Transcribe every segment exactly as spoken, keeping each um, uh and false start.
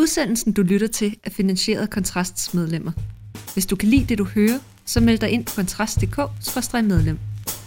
Udsendelsen, du lytter til, er finansieret af Kontrasts medlemmer. Hvis du kan lide det, du hører, så meld dig ind på kontrast punktum d k skråstreg medlem.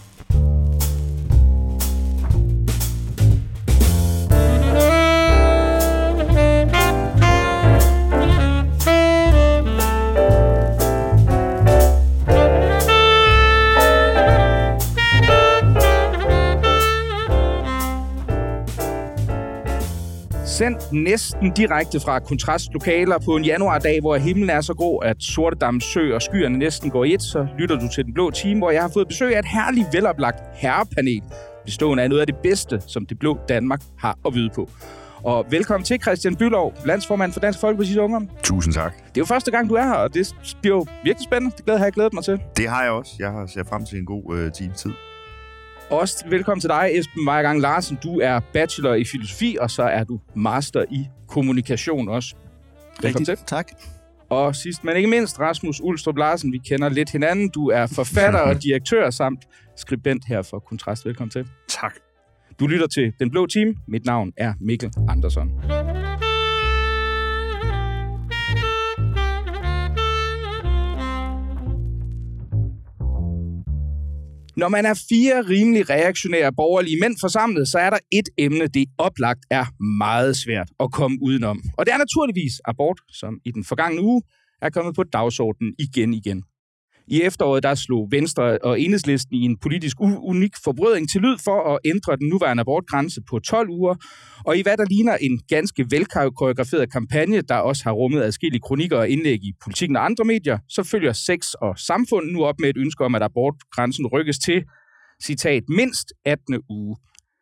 Sendt næsten direkte fra kontrastlokaler på en januardag, hvor himlen er så grå, at Sortedam Sø og skyerne næsten går i et, så lytter du til Den Blå Time, hvor jeg har fået besøg af et herligt veloplagt herrepanel, bestående af noget af det bedste, som Det Blå Danmark har at byde på. Og velkommen til Christian Bülow, landsformand for Dansk Folkeparti's Ungdom. Tusind tak. Det er jo første gang, du er her, og det bliver jo virkelig spændende. Det glæder jeg glædet mig til. Det har jeg også. Jeg har set frem til en god øh, time tid. Også velkommen til dig, Esben Meyergang Larsen. Du er bachelor i filosofi, og så er du master i kommunikation også. Velkommen til. Tak. Og sidst, men ikke mindst, Rasmus Ulstrup Larsen. Vi kender lidt hinanden. Du er forfatter og direktør samt skribent her for Kontrast. Velkommen til. Tak. Du lytter til Den Blå Time. Mit navn er Mikkel Andersson. Når man er fire rimelig reaktionære borgerlige mænd forsamlet, så er der et emne, det oplagt er meget svært at komme udenom. Og det er naturligvis abort, som i den forgangne uge er kommet på dagsordenen igen igen. I efteråret der slog Venstre og Enhedslisten i en politisk unik forbrødring til lyd for at ændre den nuværende abortgrænse på tolv uger. Og i hvad der ligner en ganske velkoreograferet kampagne, der også har rummet adskillige kronikker og indlæg i Politikken og andre medier, så følger Sex og Samfund nu op med et ønske om, at abortgrænsen rykkes til, citat, mindst attende uge.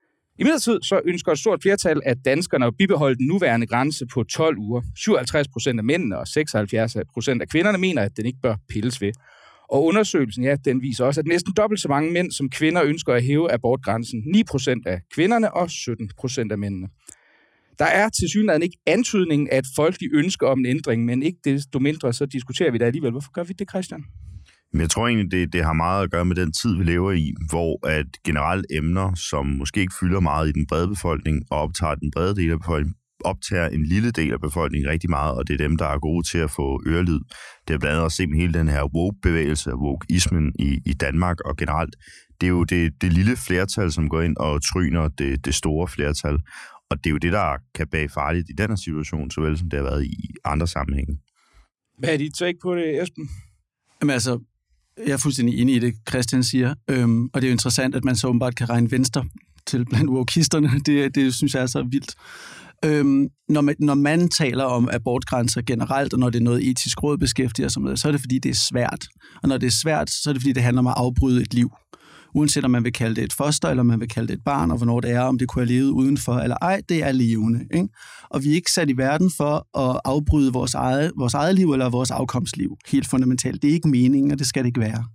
I midlertid så ønsker et stort flertal, at danskerne at bibeholde den nuværende grænse på tolv uger. syvoghalvtreds procent af mændene og seksoghalvfjerds procent af kvinderne mener, at den ikke bør pilles ved. Og undersøgelsen, ja, den viser også, at næsten dobbelt så mange mænd som kvinder ønsker at hæve abortgrænsen. ni procent af kvinderne og sytten procent af mændene. Der er tilsyneladende ikke antydningen af et folkeligt ønske om en ændring, men ikke desto mindre, så diskuterer vi det alligevel. Hvorfor gør vi det, Christian? Men jeg tror egentlig, det, det har meget at gøre med den tid, vi lever i, hvor at generelt emner, som måske ikke fylder meget i den brede befolkning, og optager den brede del af befolkningen, optager en lille del af befolkningen rigtig meget, og det er dem, der er gode til at få ørelyd. Det er blandt andet at se med hele den her woke-bevægelse, wokeismen i, i Danmark og generelt. Det er jo det, det lille flertal, som går ind og tryner det, det store flertal. Og det er jo det, der kan bage farligt i den her situation, såvel som det har været i andre sammenhænge. Hvad er dit take på det, Esben? Jamen altså, jeg er fuldstændig enig i det, Christian siger. Øhm, og det er jo interessant, at man så åbenbart kan regne Venstre til blandt wokisterne. Det, det synes jeg er så vildt. Øhm, når, man, når man taler om abortgrænser generelt, og når det er noget etisk råd beskæftiger sig med, så er det fordi, det er svært. Og når det er svært, så er det fordi, det handler om at afbryde et liv. Uanset om man vil kalde det et foster, eller man vil kalde det et barn, og hvornår det er, om det kunne have levet udenfor, eller ej, det er levende. Ikke? Og vi er ikke sat i verden for at afbryde vores eget, vores eget liv, eller vores afkomstliv. Helt fundamentalt. Det er ikke meningen, og det skal det ikke være.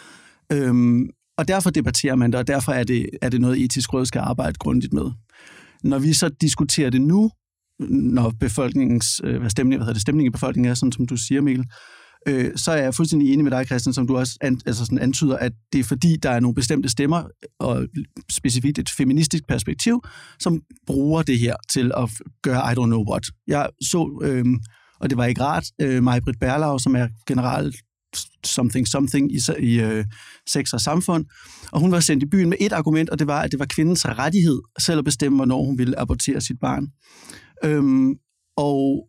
Øhm, og derfor debatterer man det, og derfor er det, er det noget, etisk råd skal arbejde grundigt med. Når vi så diskuterer det nu, når befolkningens, øh, hvad stemning, hvad hedder det, stemningen i befolkningen er, sådan som du siger, Mikkel, øh, så er jeg fuldstændig enig med dig, Christian, som du også an, altså sådan antyder, at det er fordi, der er nogle bestemte stemmer, og specifikt et feministisk perspektiv, som bruger det her til at gøre I don't know what. Jeg så, øh, og det var ikke rart, øh, Maj-Britt Berlau, som er general something something i, i øh, Sex og Samfund, og hun var sendt i byen med et argument, og det var, at det var kvindens rettighed selv at bestemme, hvornår hun ville abortere sit barn. Øhm, og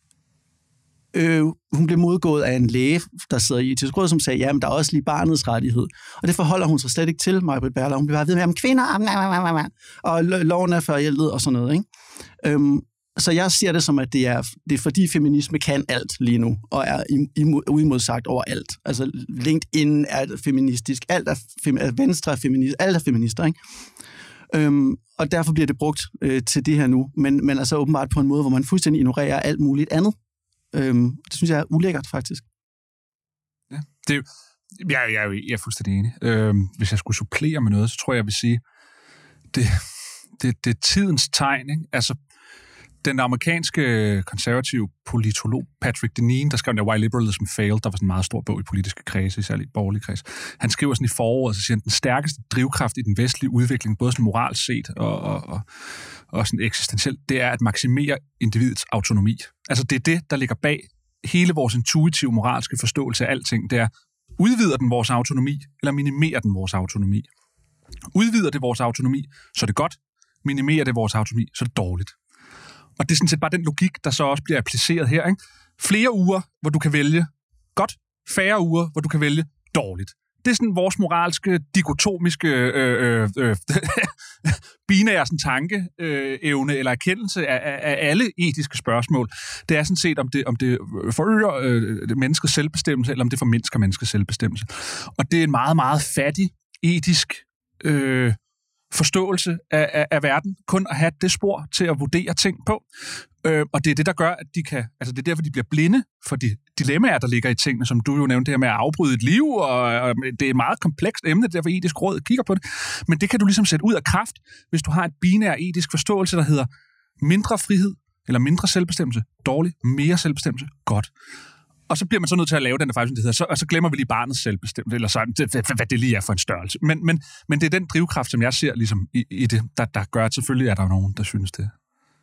øh, hun blev modgået af en læge, der sidder i etisk råd, som sagde, ja, men der er også lige barnets rettighed. Og det forholder hun sig slet ikke til, Maj-Britt Berlau. Hun bliver bare ved med, om kvinder, og loven er forældet og sådan noget, ikke? Øhm, Så jeg ser det som, at det er, det er fordi feminisme kan alt lige nu, og er uimodsagt overalt. Altså LinkedIn er feministisk, alt er, fem, er venstre er feminist, alt er feminister, ikke? Øhm, og derfor bliver det brugt øh, til det her nu, men, men altså åbenbart på en måde, hvor man fuldstændig ignorerer alt muligt andet. Øhm, det synes jeg er ulækkert, faktisk. Ja, det er, jeg, jeg, jeg er fuldstændig enig. Øhm, hvis jeg skulle supplere med noget, så tror jeg, jeg vil sige, det, det, det er tidens tegn, ikke? Altså, den amerikanske konservative politolog Patrick Deneen, der skrev der Why Liberalism Failed, der var sådan en meget stor bog i politiske kredse, særligt borgerlige kreds. Han skriver sådan i foråret, så siger han, den stærkeste drivkraft i den vestlige udvikling, både sådan moralsk set og, og, og, og sådan eksistentielt, det er at maksimere individets autonomi. Altså det er det, der ligger bag hele vores intuitive moralske forståelse af alting. Det er, udvider den vores autonomi, eller minimerer den vores autonomi? Udvider det vores autonomi, så er det godt. Minimerer det vores autonomi, så er det dårligt. Og det er sådan set bare den logik, der så også bliver appliceret her. Ikke? Flere uger, hvor du kan vælge godt. Færre uger, hvor du kan vælge dårligt. Det er sådan vores moralske, dikotomiske, øh, øh, øh, binære sådan tankeevne øh, eller erkendelse af, af, af alle etiske spørgsmål. Det er sådan set, om det, om det forøger øh, menneskets selvbestemmelse, eller om det formindsker menneskets selvbestemmelse. Og det er en meget, meget fattig, etisk øh, forståelse af, af, af verden. Kun at have det spor til at vurdere ting på. Øh, og det er det, der gør, at de kan... Altså, det er derfor, de bliver blinde for de dilemmaer, der ligger i tingene, som du jo nævnte det her med at afbryde et liv, og, og det er et meget komplekst emne, derfor etisk råd kigger på det. Men det kan du ligesom sætte ud af kraft, hvis du har et binær etisk forståelse, der hedder mindre frihed, eller mindre selvbestemmelse, dårligt, mere selvbestemmelse, godt. Og så bliver man så nødt til at lave den, der faktisk det hedder, så, og så glemmer vi lige barnets selvbestemmelse, eller sådan, det, hvad det lige er for en størrelse. Men, men, men det er den drivkraft, som jeg ser ligesom i, i det, der, der gør, at selvfølgelig er der nogen, der synes det.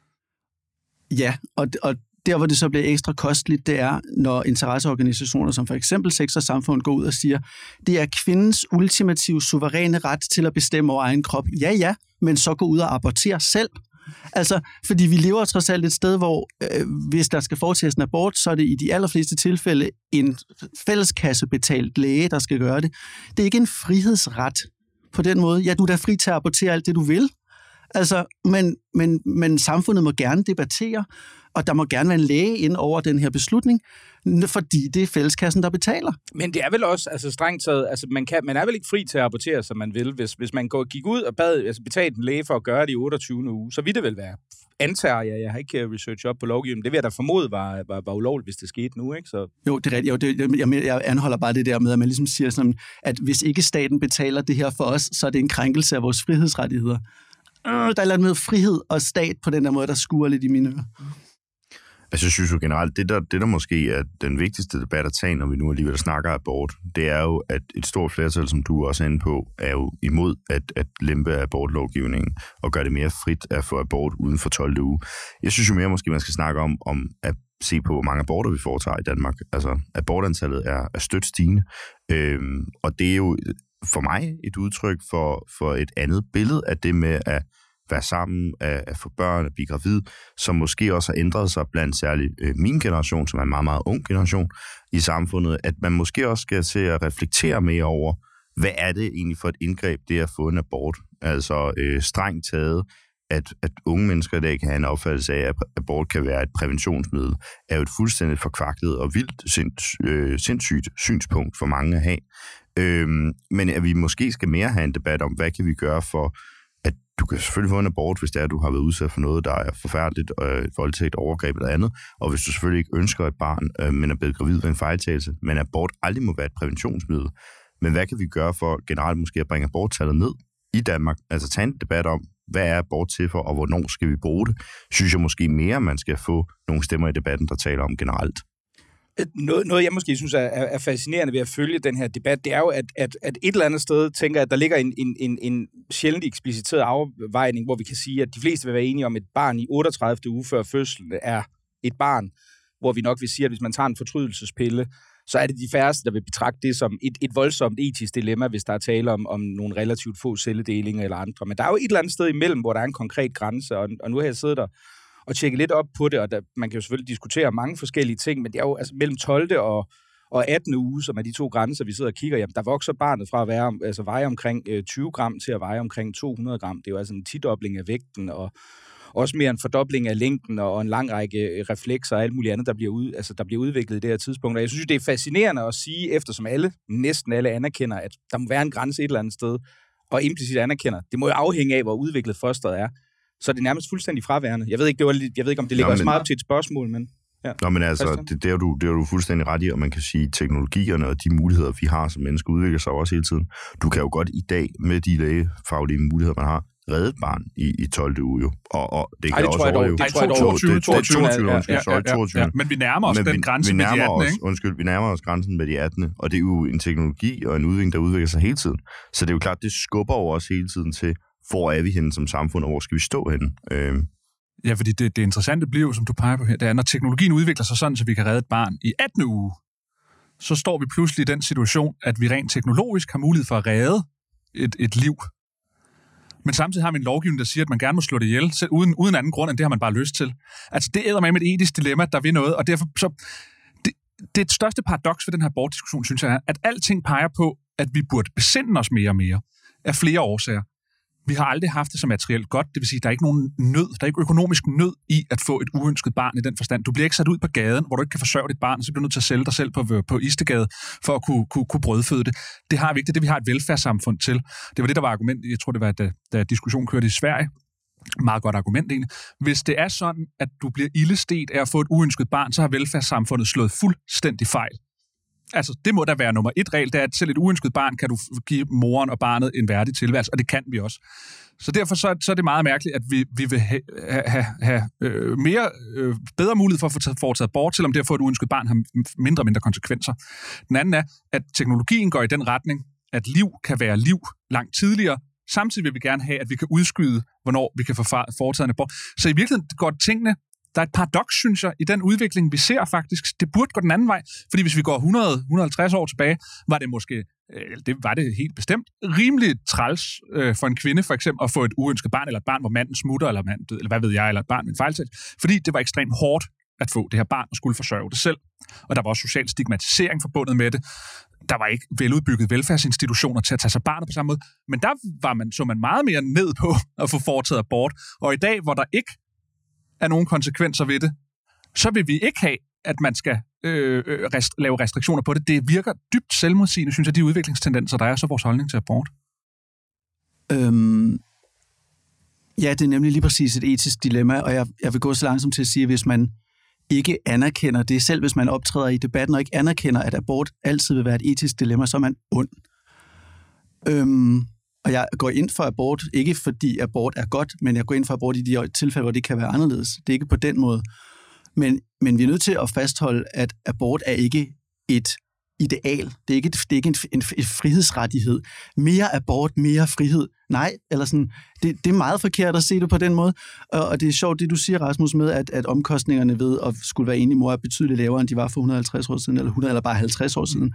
Ja, og, og der, hvor det så bliver ekstra kosteligt, det er, når interesseorganisationer som for eksempel Sex og Samfund går ud og siger, det er kvindens ultimative suveræne ret til at bestemme over egen krop. Ja, ja, men så gå ud og abortere selv. Altså, fordi vi lever trods alt et sted, hvor øh, hvis der skal foretages en abort, så er det i de allerfleste tilfælde en fælleskassebetalt læge, der skal gøre det. Det er ikke en frihedsret på den måde. Ja, du er da fri til at abortere alt det, du vil. Altså, men, men, men samfundet må gerne debattere, og der må gerne være en læge ind over den her beslutning, fordi det er fælleskassen, der betaler. Men det er vel også, altså strengt taget, altså man, kan, man er vel ikke fri til at abortere, som man vil, hvis, hvis man går, gik ud og bad, altså betalte en læge for at gøre det i otteogtyvende uge, så ville det vel være. Antager jeg, jeg har ikke research op på lovgivningen, det vil jeg da formode var, var, var ulovligt, hvis det skete nu, ikke? Så... Jo, det er rigtigt. Jo, det, jeg, jeg anholder bare det der med, at man ligesom siger sådan, at hvis ikke staten betaler det her for os, så er det en krænkelse af vores frihedsrettigheder. Øh, der er lidt med frihed og stat på den der måde, der skuer lidt i mine ører. Altså, jeg synes jo generelt, det der, det der måske er den vigtigste debat at tage, når vi nu alligevel snakker abort, det er jo, at et stort flertal, som du også er inde på, er jo imod at, at lempe abortlovgivningen og gøre det mere frit at få abort uden for tolvte uge. Jeg synes jo mere måske, man skal snakke om, om at se på, hvor mange aborter vi foretager i Danmark. Altså, abortantallet er, er stødt stigende, øhm, og det er jo for mig et udtryk for, for et andet billede af det med at være sammen, at, at få børn, at blive gravid, som måske også har ændret sig blandt særligt øh, min generation, som er en meget, meget ung generation i samfundet, at man måske også skal se at reflektere mere over, hvad er det egentlig for et indgreb, det at få en abort? Altså øh, strengt taget, at, at unge mennesker i dag kan have en opfattelse af, at abort kan være et præventionsmiddel, er jo et fuldstændig forkvaklet og vildt sinds, øh, sindssygt synspunkt for mange at have. Øh, men at vi måske skal mere have en debat om, hvad kan vi gøre for, at du kan selvfølgelig få en abort, hvis det er, at du har været udsat for noget, der er forfærdeligt, øh, voldtægt, overgreb eller andet, og hvis du selvfølgelig ikke ønsker et barn, øh, men er blevet gravid ved en fejltagelse, men abort aldrig må være et præventionsmiddel. Men hvad kan vi gøre for generelt måske at bringe aborttallet ned i Danmark? Altså tage en debat om, hvad er abort til for, og hvornår skal vi bruge det? Synes jeg måske mere, man skal få nogle stemmer i debatten, der taler om generelt. Noget, noget jeg måske synes er, er fascinerende ved at følge den her debat, det er jo, at, at, at et eller andet sted tænker jeg, at der ligger en, en, en, en sjældent ekspliciteret afvejning, hvor vi kan sige, at de fleste vil være enige om, at et barn i otteogtredivte uge før fødslen er et barn, hvor vi nok vil sige, at hvis man tager en fortrydelsespille, så er det de færreste, der vil betragte det som et, et voldsomt etisk dilemma, hvis der er tale om, om nogle relativt få celledelinger eller andre. Men der er jo et eller andet sted imellem, hvor der er en konkret grænse, og, og nu har jeg siddet der og tjekke lidt op på det, og der, man kan jo selvfølgelig diskutere mange forskellige ting, men det er jo altså mellem tolvte og, og attende uge, som er de to grænser, vi sidder og kigger, jamen der vokser barnet fra at være, altså veje omkring øh, tyve gram til at veje omkring to hundrede gram. Det er jo altså en tidobling af vægten, og også mere en fordobling af længden, og en lang række reflekser og alt muligt andet, der bliver, ud, altså, der bliver udviklet i det her tidspunkt. Og jeg synes, det er fascinerende at sige, eftersom alle, næsten alle anerkender, at der må være en grænse et eller andet sted, og implicit anerkender, det må jo afhænge af, hvor udviklet fosteret er. Så er det nærmest fuldstændig fraværende. Jeg ved ikke, det var, jeg ved ikke om det ligger Nå, men, også meget op til et spørgsmål, men... Ja. Nå, men altså, det, det, er du, det er du fuldstændig ret i, og man kan sige, teknologierne og de muligheder, vi har som mennesker, udvikler sig også hele tiden. Du kan jo godt i dag, med de lægefaglige muligheder, man har, redde et barn i, i tolvte uge jo. Og, og det kan Ej, det også tror jeg dog. overleve. Det tror jeg dog. toogtyve, toogtyve, ja, undskyld, ja, sorry, ja, ja, toogtyve. ja. Men vi nærmer os Men den vi, grænse vi med de nærmer atten, os, ikke? undskyld, vi nærmer os grænsen med de attende, og det er jo en teknologi og en udvikling, der udvikler sig hele tiden. Så det er jo klart, det skubber over os hele tiden til, hvor er vi henne som samfund, og hvor skal vi stå henne? Øhm. Ja, fordi det, det interessante bliver jo, som du peger på her, det er, når teknologien udvikler sig sådan, så vi kan redde et barn i attende uge, så står vi pludselig i den situation, at vi rent teknologisk har mulighed for at redde et, et liv. Men samtidig har vi en lovgivning, der siger, at man gerne må slå det ihjel, selv uden, uden anden grund, end det har man bare lyst til. Altså, det æder med med et etisk dilemma, der vil noget, og derfor så... Det, det største paradoks ved den her abortdiskussion, synes jeg, er, at alting peger på, at vi burde besinde os mere og mere, af flere årsager. Vi har aldrig haft det så materielt godt, det vil sige, at der er ikke nogen nød, der er ikke økonomisk nød i at få et uønsket barn i den forstand. Du bliver ikke sat ud på gaden, hvor du ikke kan forsørge dit barn, så bliver du nødt til at sælge dig selv på, på Istegade for at kunne, kunne, kunne brødføde det. Det har vi ikke, det er det, vi har et velfærdssamfund til. Det var det, der var argument, jeg tror, det var, da, da diskussionen kørte i Sverige. Meget godt argument egentlig. Hvis det er sådan, at du bliver ildestet af at få et uønsket barn, så har velfærdssamfundet slået fuldstændig fejl. Altså, det må da være nummer et regel, det er, at selv et uønsket barn kan du give moren og barnet en værdig tilværelse, og det kan vi også. Så derfor så, så er det meget mærkeligt, at vi, vi vil have, have, have øh, mere, øh, bedre mulighed for at få taget, foretaget abort, selvom det at få et uønsket barn har mindre og mindre konsekvenser. Den anden er, at teknologien går i den retning, at liv kan være liv langt tidligere. Samtidig vil vi gerne have, at vi kan udskyde, hvornår vi kan få foretaget en abort. Så i virkeligheden går tingene. Der er et paradoks, synes jeg, i den udvikling, vi ser faktisk. Det burde gå den anden vej, fordi hvis vi går hundrede til hundrede og halvtreds år tilbage, var det måske, øh, det var det helt bestemt, rimelig træls øh, for en kvinde for eksempel at få et uønsket barn, eller et barn, hvor manden smutter, eller, mand, eller hvad ved jeg, eller et barn med en fejltagelse, fordi det var ekstremt hårdt at få det her barn og skulle forsørge det selv. Og der var også social stigmatisering forbundet med det. Der var ikke veludbygget velfærdsinstitutioner til at tage sig barnet på samme måde, men der var man, så man meget mere ned på at få foretaget abort. Og i dag, hvor der ikke er nogle konsekvenser ved det, så vil vi ikke have, at man skal øh, rest, lave restriktioner på det. Det virker dybt selvmodsigende, synes jeg, de udviklingstendenser, der er, så vores holdning til abort. Øhm, ja, det er nemlig lige præcis et etisk dilemma, og jeg, jeg vil gå så langsomt til at sige, at hvis man ikke anerkender det, selv hvis man optræder i debatten og ikke anerkender, at abort altid vil være et etisk dilemma, så er man ond. Øhm, Og jeg går ind for abort, ikke fordi abort er godt, men jeg går ind for abort i de tilfælde, hvor det kan være anderledes. Det er ikke på den måde. Men, men vi er nødt til at fastholde, at abort er ikke et ideal. Det er ikke, det er ikke en, en, en frihedsrettighed. Mere abort, mere frihed. Nej, eller sådan, det, det er meget forkert at se det på den måde. Og, og det er sjovt, det du siger, Rasmus, med, at, at omkostningerne ved at skulle være enlig mor er betydeligt lavere, end de var for et hundrede og halvtreds år siden, eller hundrede eller bare halvtreds år siden.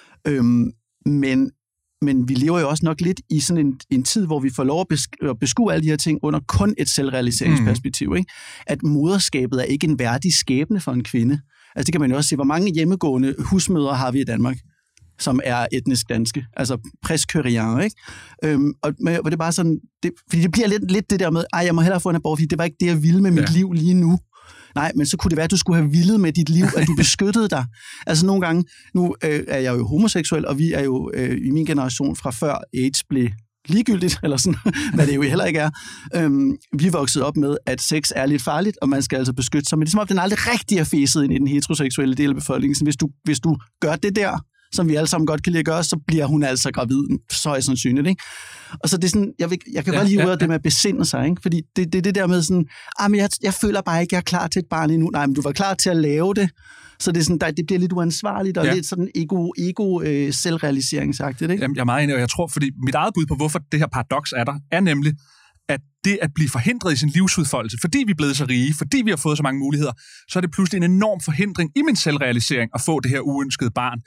Øhm, men Men vi lever jo også nok lidt i sådan en, en tid, hvor vi får lov at, besk- at beskue alle de her ting under kun et selvrealiseringsperspektiv. Ikke? At moderskabet er ikke en værdig skæbne for en kvinde. Altså det kan man jo også se. Hvor mange hjemmegående husmødre har vi i Danmark, som er etnisk danske? Altså presque-rien, ikke? Øhm, og hvor det er bare sådan, det, fordi det bliver lidt, lidt det der med, ej, jeg må hellere få en abort, fordi det var ikke det, jeg ville med mit ja. liv lige nu. Nej, men så kunne det være, at du skulle have villet med dit liv, at du beskyttede dig. Altså nogle gange, nu øh, er jeg jo homoseksuel, og vi er jo øh, i min generation fra før AIDS blev ligegyldigt, eller sådan, hvad det jo heller ikke er. Øhm, vi er vokset op med, at sex er lidt farligt, og man skal altså beskytte sig. Men det er som om, den aldrig rigtig er fæset ind i den heteroseksuelle del af befolkningen. Så hvis du, hvis du gør det der, som vi alle sammen godt kan lide at gøre, så bliver hun altså gravid. Så er det sandsynligt, ikke? Og så det er sådan, jeg, vil, jeg kan ja, godt lide ja, ordet ja. det med at besinde sig, ikke? Fordi det, det, det der med sådan, ah, men jeg, jeg føler bare ikke, jeg er klar til et barn endnu. Nej, men du var klar til at lave det. Så det er sådan, der, det bliver lidt uansvarligt, og ja. lidt sådan ego, ego øh, selvrealiseringsagtigt, ikke? Jamen, jeg er meget enig, og jeg tror, fordi mit eget bud på, hvorfor det her paradoks er der, er nemlig, at det at blive forhindret i sin livsudfoldelse, fordi vi er blevet så rige, fordi vi har fået så mange muligheder, så er det pludselig en enorm forhindring i min selvrealisering at få det her uønskede barn.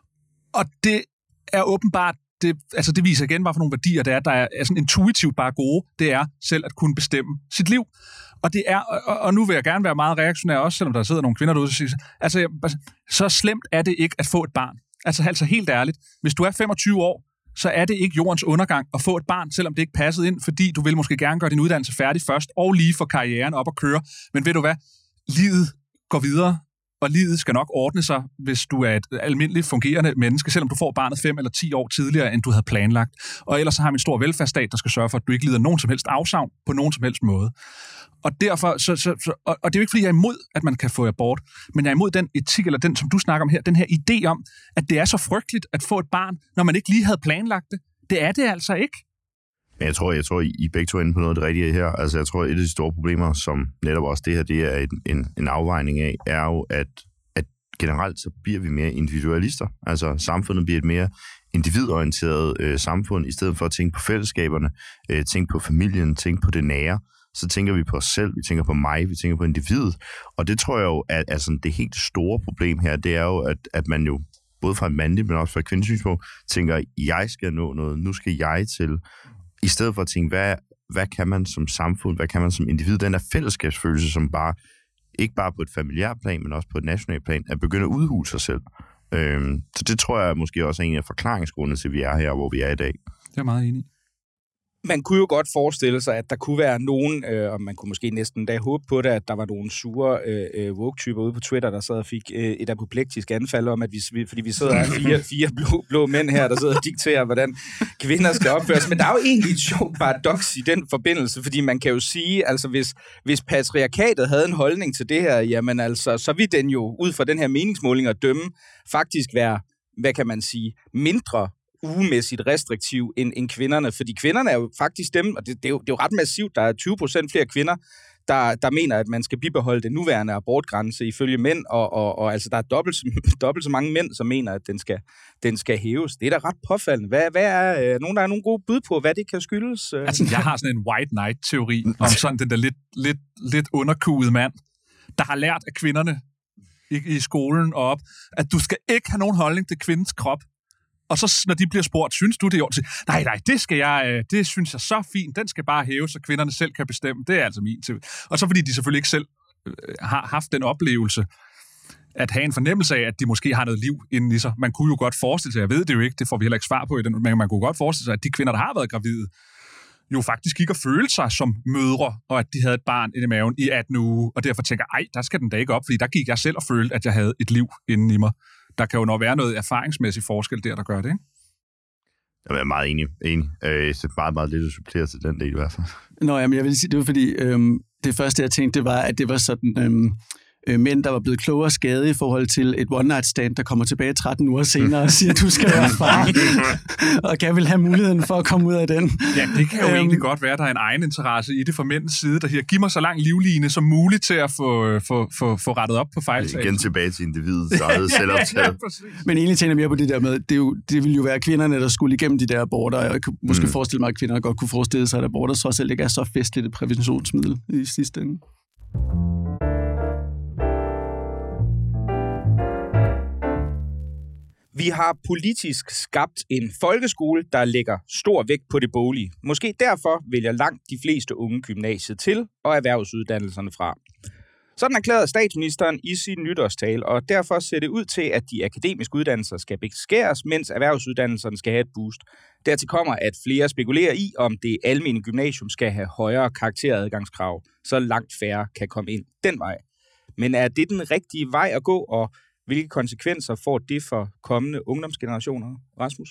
Og det er åbenbart, det, altså det viser igen, hvad for nogle værdier det er, der er, er sådan intuitivt bare gode, det er selv at kunne bestemme sit liv. Og det er, og, og nu vil jeg gerne være meget reaktionær også, selvom der sidder nogle kvinder derude, og siger, altså så slemt er det ikke at få et barn. Altså, altså helt ærligt, hvis du er femogtyve år, så er det ikke jordens undergang at få et barn, selvom det ikke passede ind, fordi du vil måske gerne gøre din uddannelse færdig først, og lige få karrieren op at køre. Men ved du hvad? Livet går videre, og livet skal nok ordne sig, hvis du er et almindeligt fungerende menneske, selvom du får barnet fem eller ti år tidligere, end du havde planlagt. Og ellers så har vi en stor velfærdsstat, der skal sørge for, at du ikke lider nogen som helst afsavn på nogen som helst måde. Og derfor, så, så, så, og, og det er jo ikke, fordi jeg er imod, at man kan få abort, men jeg er imod den etik, eller den, som du snakker om her, den her idé om, at det er så frygteligt at få et barn, når man ikke lige havde planlagt det. Det er det altså ikke. Men jeg tror, jeg tror, I begge to er inde på noget af det rigtige her. Altså, jeg tror, et af de store problemer, som netop også det her, det er en, en, en afvejning af, er jo, at, at generelt så bliver vi mere individualister. Altså, samfundet bliver et mere individorienteret øh, samfund, i stedet for at tænke på fællesskaberne, øh, tænke på familien, tænke på det nære. Så tænker vi på os selv, vi tænker på mig, vi tænker på individet. Og det tror jeg jo, at altså, det helt store problem her, det er jo, at, at man jo, både fra et mandligt, men også fra et kvindesynspunkt, tænker, jeg skal nå noget, nu skal jeg til. I stedet for at tænke, hvad, hvad kan man som samfund, hvad kan man som individ, den der fællesskabsfølelse, som bare, ikke bare på et familiært plan, men også på et nationalt plan, at begynde at udhule sig selv. Øhm, så det tror jeg måske også er en af forklaringsgrundene til, at vi er her, hvor vi er i dag. Det er meget enig. Man kunne jo godt forestille sig, at der kunne være nogen, øh, og man kunne måske næsten da håbe på det, at der var nogle sure øh, woke-typer ude på Twitter, der sad og fik øh, et apoplektisk anfald om, at vi, fordi vi sidder her fire, fire blå, blå mænd her, der sidder og dikterer, hvordan kvinder skal opføres. Men der er jo egentlig et sjovt paradoks i den forbindelse, fordi man kan jo sige, altså hvis, hvis patriarkatet havde en holdning til det her, jamen altså, så vil den jo ud fra den her meningsmåling at dømme faktisk være, hvad kan man sige, mindre ugemæssigt restriktiv end, end kvinderne, fordi kvinderne er jo faktisk dem, og det, det, er, jo, det er jo ret massivt, der er tyve procent flere kvinder, der, der mener, at man skal bibeholde den nuværende abortgrænse ifølge mænd, og, og, og altså der er dobbelt, dobbelt så mange mænd, som mener, at den skal, den skal hæves. Det er da ret påfaldende. Hvad, hvad er, øh, nogen, der er nogle gode bud på, hvad det kan skyldes? Altså, jeg har sådan en white knight-teori om sådan den der lidt, lidt, lidt underkugede mand, der har lært af kvinderne i, i skolen og op, at du skal ikke have nogen holdning til kvindens krop. Og så når de bliver spurgt, synes du det er ordentligt? Nej, nej, det skal jeg, det synes jeg så fint. Den skal bare hæves, så kvinderne selv kan bestemme. Det er altså min teori. Og så fordi de selvfølgelig ikke selv øh, har haft den oplevelse, at have en fornemmelse af, at de måske har noget liv inden i sig. Man kunne jo godt forestille sig, jeg ved det jo ikke, det får vi heller ikke svar på i den, men man kunne godt forestille sig, at de kvinder, der har været gravide, jo faktisk gik og følte sig som mødre, og at de havde et barn inde i maven i atten uger, og derfor tænker, ej, der skal den da ikke op, fordi der gik jeg selv og følte, at jeg havde et liv inden i mig. Der kan jo nok være noget erfaringsmæssig forskel der, der gør det, ikke? Jeg er meget enig. enig. Øh, så meget, meget lidt at supplere til den del i hvert fald. Nå, jamen, jeg vil sige, det var fordi, øhm, det første, jeg tænkte, det var, at det var sådan øhm, øh, mænd, der var blevet klogere og skade i forhold til et one-night-stand, der kommer tilbage tretten uger senere og siger, at du skal være far, og kan vel have muligheden for at komme ud af den. Ja, det kan jo øhm, egentlig godt være, at der er en egen interesse i det fra mændens side, der siger, giv mig så lang livline som muligt til at få, få, få, få rettet op på fejltagelser. Igen tilbage til individets eget selvoptaget. Ja, men egentlig tænker jeg mere på det der med, det, er jo, det ville jo være kvinderne, der skulle igennem de der aborter, og jeg kunne måske mm. forestille mig, at kvinder godt kunne forestille sig, at aborter så selv ikke er så festligt et præventionsmiddel i sidste ende. Vi har politisk skabt en folkeskole, der lægger stor vægt på det boglige. Måske derfor vælger langt de fleste unge gymnasiet til og erhvervsuddannelserne fra. Sådan erklærede statsministeren i sin nytårstale, og derfor ser det ud til, at de akademiske uddannelser skal beskæres, mens erhvervsuddannelserne skal have et boost. Dertil kommer, at flere spekulerer i, om det almene gymnasium skal have højere karakteradgangskrav, så langt færre kan komme ind den vej. Men er det den rigtige vej at gå, og hvilke konsekvenser får det for kommende ungdomsgenerationer, Rasmus?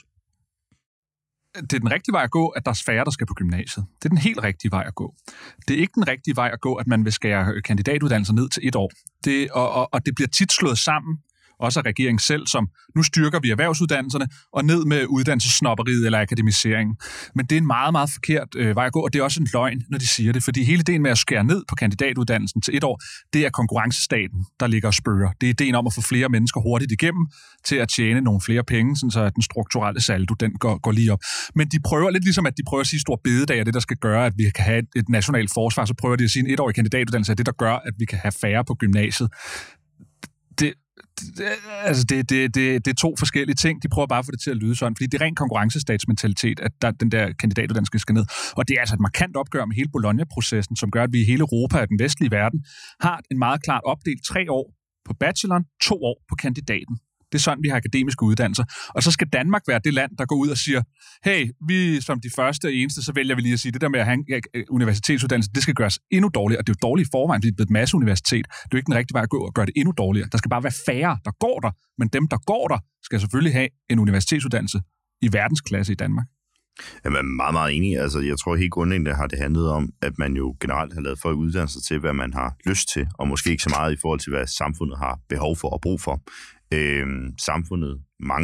Det er den rigtige vej at gå, at der er færre, der skal på gymnasiet. Det er den helt rigtige vej at gå. Det er ikke den rigtige vej at gå, at man vil skære kandidatuddannelser ned til et år. Det, og, og, og det bliver tit slået sammen, også af regeringen selv, som nu styrker vi erhvervsuddannelserne og ned med uddannelsessnobberiet eller akademiseringen. Men det er en meget, meget forkert øh, vej at gå, og det er også en løgn, når de siger det, fordi hele ideen med at skære ned på kandidatuddannelsen til et år, det er konkurrencestaten, der ligger og spørger. Det er ideen om at få flere mennesker hurtigt igennem til at tjene nogle flere penge, sådan så at den strukturelle saldo, den går, går lige op. Men de prøver lidt ligesom, at de prøver at sige, stor bededag er det, der skal gøre, at vi kan have et, et nationalt forsvar, så prøver de at sige, en etårig kandidatuddannelse er det, der gør, at vi kan have færre på gymnasiet. Det Det, altså det, det, det, det er to forskellige ting. De prøver bare at få det til at lyde sådan, fordi det er ren konkurrencestatsmentalitet, at der, den der kandidatuddannelse skal ned. Og det er altså et markant opgør med hele Bologna-processen, som gør, at vi i hele Europa og den vestlige verden har en meget klart opdelt tre år på bacheloren, to år på kandidaten. Det er sådan, vi har akademiske uddannelser. Og så skal Danmark være det land, der går ud og siger, hey, vi som de første og eneste, så vælger vi lige at sige, det der med at have en universitetsuddannelse, det skal gøres endnu dårligere. Og det er jo dårligt i forvejen, fordi det er blevet et masse universitet. Det er jo ikke den rigtige vej at gå og gøre det endnu dårligere. Der skal bare være færre, der går der. Men dem, der går der, skal selvfølgelig have en universitetsuddannelse i verdensklasse i Danmark. Jamen, jeg er meget, meget enig. Altså, jeg tror helt grundlæggende har det handlet om, at man jo generelt har lavet folk uddanne sig til, hvad man har lyst til, og måske ikke så meget i forhold til, hvad samfundet har behov for og brug for. Øhm, samfundet mangler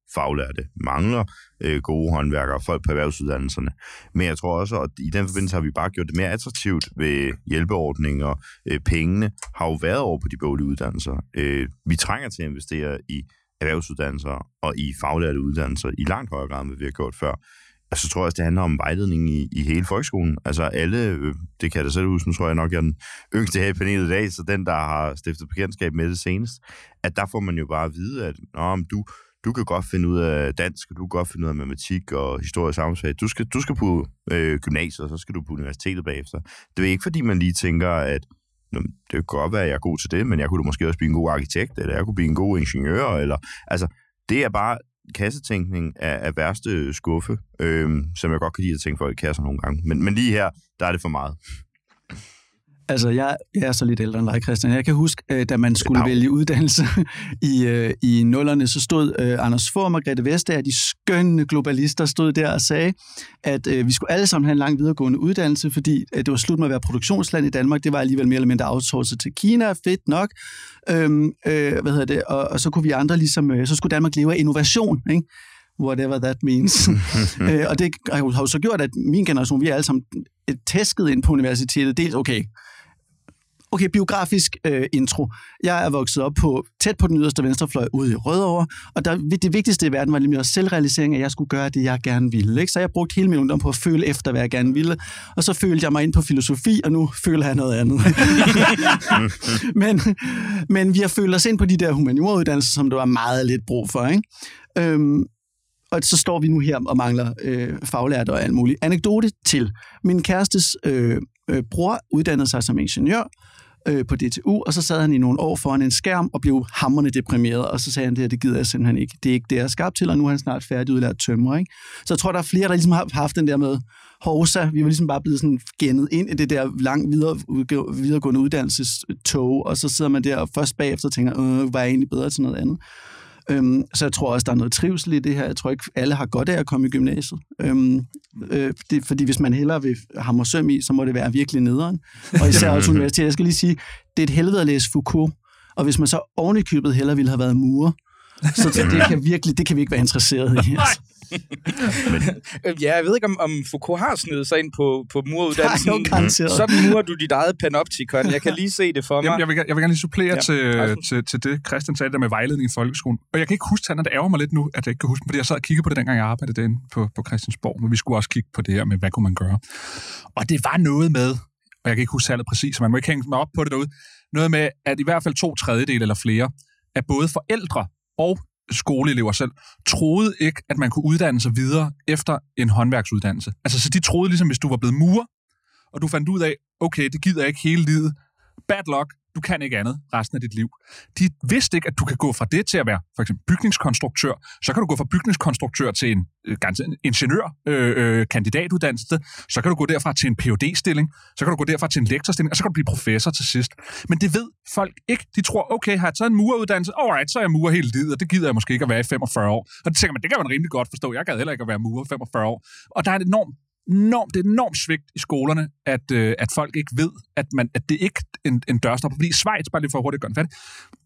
faglærte, mangler øh, gode håndværkere, folk på erhvervsuddannelserne. Men jeg tror også, at i den forbindelse har vi bare gjort det mere attraktivt ved hjælpeordninger. Øh, pengene har jo været over på de boglige uddannelser. Øh, vi trænger til at investere i erhvervsuddannelser og i faglærte uddannelser i langt højere grad, end vi har gjort før. Og så tror jeg også, det handler om vejledning i, i hele folkeskolen. Altså alle, øh, det kan jeg da selv huske, nu tror jeg nok, jeg er den yngste her i panelet i dag, så den, der har stiftet bekendtskab med det senest, at der får man jo bare at vide, at Nå, du, du kan godt finde ud af dansk, og du kan godt finde ud af matematik og historie og samfundsfag. Du skal, du skal på øh, gymnasiet, og så skal du på universitetet bagefter. Det er ikke, fordi man lige tænker, at det kan godt være, at jeg er god til det, men jeg kunne måske også blive en god arkitekt, eller jeg kunne blive en god ingeniør, eller altså, det er bare kassetænkning af, af værste skuffe, øhm, som jeg godt kan lide at tænke folk i kasser nogle gange. Men, men lige her, der er det for meget. Altså, jeg, jeg er så lidt ældre end dig, Christian. Jeg kan huske, da man skulle vælge uddannelse i, i nullerne, så stod uh, Anders Fogh og Margrethe Vestager, de skønne globalister, stod der og sagde, at uh, vi skulle alle sammen have en lang videregående uddannelse, fordi uh, det var slut med at være produktionsland i Danmark. Det var alligevel mere eller mindre outsourcet til Kina. Fedt nok. Øhm, øh, hvad hedder det? Og, og så kunne vi andre ligesom, øh, så skulle Danmark leve af innovation, ikke? Whatever that means. øh, og det har jo så gjort, at min generation, vi er alle sammen tæsket ind på universitetet. Dels, okay, okay, biografisk øh, intro. Jeg er vokset op på tæt på den yderste venstrefløj ude i Rødovre, og der, det vigtigste i verden var nemlig også selvrealisering, at jeg skulle gøre det, jeg gerne ville. Ikke? Så jeg brugte hele min ungdom på at føle efter, hvad jeg gerne ville, og så følte jeg mig ind på filosofi, og nu føler jeg noget andet. men, men vi har følt os ind på de der humanioruddannelser, som der var meget lidt brug for, ikke? Øhm, Og så står vi nu her og mangler øh, faglærte og alt muligt. Anekdote til. Min kærestes øh, øh, bror uddannede sig som ingeniør øh, på D T U, og så sad han i nogle år foran en skærm og blev hamrende deprimeret, og så sagde han, det her, det gider jeg simpelthen ikke. Det er ikke det, jeg er skabt til, og nu er han snart færdig udlært tømrer, ikke? Så jeg tror, der er flere, der ligesom har haft den der med hovsa. Vi var ligesom bare blevet sådan gennet ind i det der lang videre, videregående uddannelsestog, og så sidder man der og først bagefter tænker, øh, var jeg egentlig bedre til noget andet? Øhm, så jeg tror også, der er noget trivsel i det her. Jeg tror ikke, alle har godt af at komme i gymnasiet. Øhm, øh, det, fordi hvis man hellere vil hamre søm i, så må det være virkelig nederen. Og især også universitet. Jeg skal lige sige, det er et helvede at læse Foucault. Og hvis man så oven i købet hellere ville have været murer, så det kan, virkelig, det kan vi ikke være interesseret i. Altså. Men, ja, jeg ved ikke, om, om Foucault har snedet sig ind på, på muruddannelsen. Nej, sådan murer du dit eget panoptikon. Jeg kan lige se det for mig. Jamen, jeg, vil, jeg vil gerne lige supplere ja. til, til, til, til det, Christian sagde der med vejledning i folkeskolen. Og jeg kan ikke huske det, det ærger mig lidt nu, at jeg ikke kan huske det, fordi jeg sad og kiggede på det, dengang jeg arbejdede derinde på, på Christiansborg, men vi skulle også kigge på det her med, hvad kunne man gøre. Og det var noget med, og jeg kan ikke huske salget præcis, så man må ikke hænge mig op på det derude, noget med, at i hvert fald to tredjedel eller flere af både forældre og skoleelever selv, troede ikke, at man kunne uddanne sig videre efter en håndværksuddannelse. Altså, så de troede ligesom, hvis du var blevet murer, og du fandt ud af, okay, det gider jeg ikke hele livet. Bad luck, du kan ikke andet resten af dit liv. De vidste ikke, at du kan gå fra det til at være for eksempel bygningskonstruktør, så kan du gå fra bygningskonstruktør til en, en ingeniør, øh, øh, kandidatuddannelse, så kan du gå derfra til en P H D-stilling, så kan du gå derfra til en lektorstilling, og så kan du blive professor til sidst. Men det ved folk ikke. De tror, okay, har jeg taget en mureruddannelse? Alright, så er jeg murer hele livet, og det gider jeg måske ikke at være i femogfyrre år. Og det tænker man, det kan man rimelig godt forstå. Jeg gad heller ikke at være murer i femogfyrre år. Og der er et enormt Enormt, det er enormt svigt i skolerne, at, øh, at folk ikke ved, at, man, at det ikke er en, en dørstopper. Fordi i Schweiz, bare lige for at hurtigt gøre den færdig,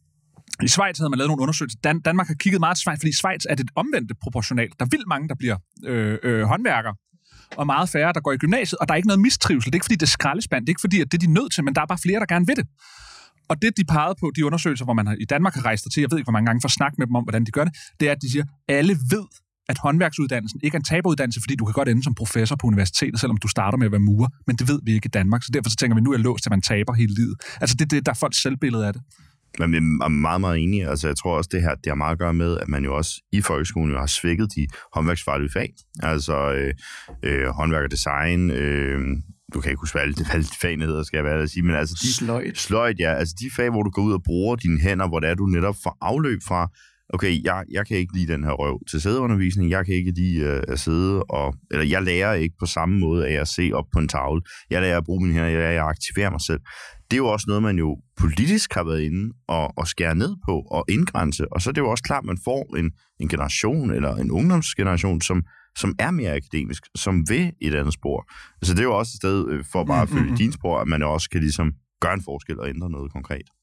i Schweiz havde man lavet nogle undersøgelser. Dan, Danmark har kigget meget til Schweiz, fordi i Schweiz er det omvendte proportionalt. Der er vildt mange, der bliver øh, øh, håndværkere, og meget færre, der går i gymnasiet, og der er ikke noget mistrivsel. Det er ikke, fordi det er skraldespand. Det er ikke, fordi at det er de nødt til, men der er bare flere, der gerne vil det. Og det, de pegede på, de undersøgelser, hvor man har, i Danmark har rejst til, jeg ved ikke, hvor mange gange for at snakke med dem om, hvordan de gør det, det er, at de siger, alle ved, at håndværksuddannelsen ikke er en taberuddannelse, fordi du kan godt ende som professor på universitetet, selvom du starter med at være murer, men det ved vi ikke i Danmark, så derfor så tænker vi, nu er jeg låst til, at man taber hele livet. Altså det, det der er folks selvbillede af det. Men jeg er meget, meget enig. Altså jeg tror også, det her det har meget at gøre med, at man jo også i folkeskolen jo har svækket de håndværksfaglige fag. Altså øh, øh, håndværk og design, øh, du kan ikke huske, hvad alle de fagene hedder, skal jeg være der at sige, men altså de, sløjt. sløjt, ja. Altså de fag, hvor du går ud og bruger dine hænder, hvor det er, du netop får afløb fra, okay, jeg, jeg kan ikke lide den her røv til sædeundervisning, jeg kan ikke lide øh, at sidde og, eller jeg lærer ikke på samme måde af at se op på en tavle. Jeg lærer at bruge mine hænder, jeg lærer at aktivere mig selv. Det er jo også noget, man jo politisk har været inde og, og skære ned på og indgrænse, og så er det jo også klart, at man får en, en generation eller en ungdomsgeneration, som, som er mere akademisk, som vil et andet spor. Så det er jo også et sted, for bare at følge mm-hmm. din spor, at man også kan ligesom gøre en forskel og ændre noget konkret.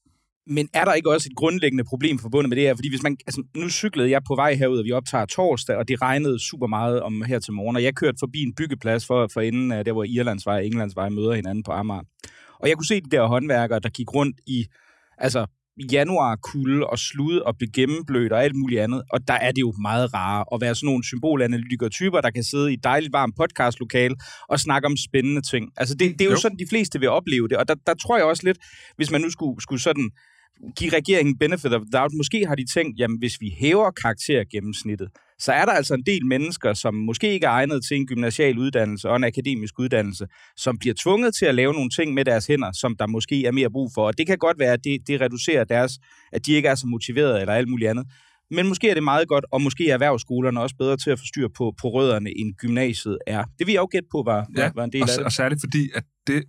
Men er der ikke også et grundlæggende problem forbundet med det her? Fordi hvis man, altså, nu cyklede jeg på vej herud, og vi optager torsdag, og det regnede super meget om her til morgen, og jeg kørte forbi en byggeplads for, for inden der, hvor Irlandsvej og Englandsvej møder hinanden på Amager. Og jeg kunne se de der håndværkere, der gik rundt i altså, januar kulde og slud og blev gennemblødt og alt muligt andet. Og der er det jo meget rare at være sådan nogle symbolanalytikere-typer, der kan sidde i et dejligt varmt podcastlokale og snakke om spændende ting. Altså det, det er jo, jo sådan, de fleste vil opleve det. Og der, der tror jeg også lidt, hvis man nu skulle, skulle sådan give regeringen benefit of the doubt, måske har de tænkt, jamen hvis vi hæver karaktergennemsnittet, så er der altså en del mennesker, som måske ikke er egnet til en gymnasial uddannelse og en akademisk uddannelse, som bliver tvunget til at lave nogle ting med deres hænder, som der måske er mere brug for. Og det kan godt være, at det, det reducerer deres, at de ikke er så motiverede eller alt muligt andet. Men måske er det meget godt, og måske er erhvervsskolerne også bedre til at få styr på, på rødderne, end gymnasiet er. Det vil jeg jo gætte på, var, ja, var en del og, af det. Og særligt fordi, at det,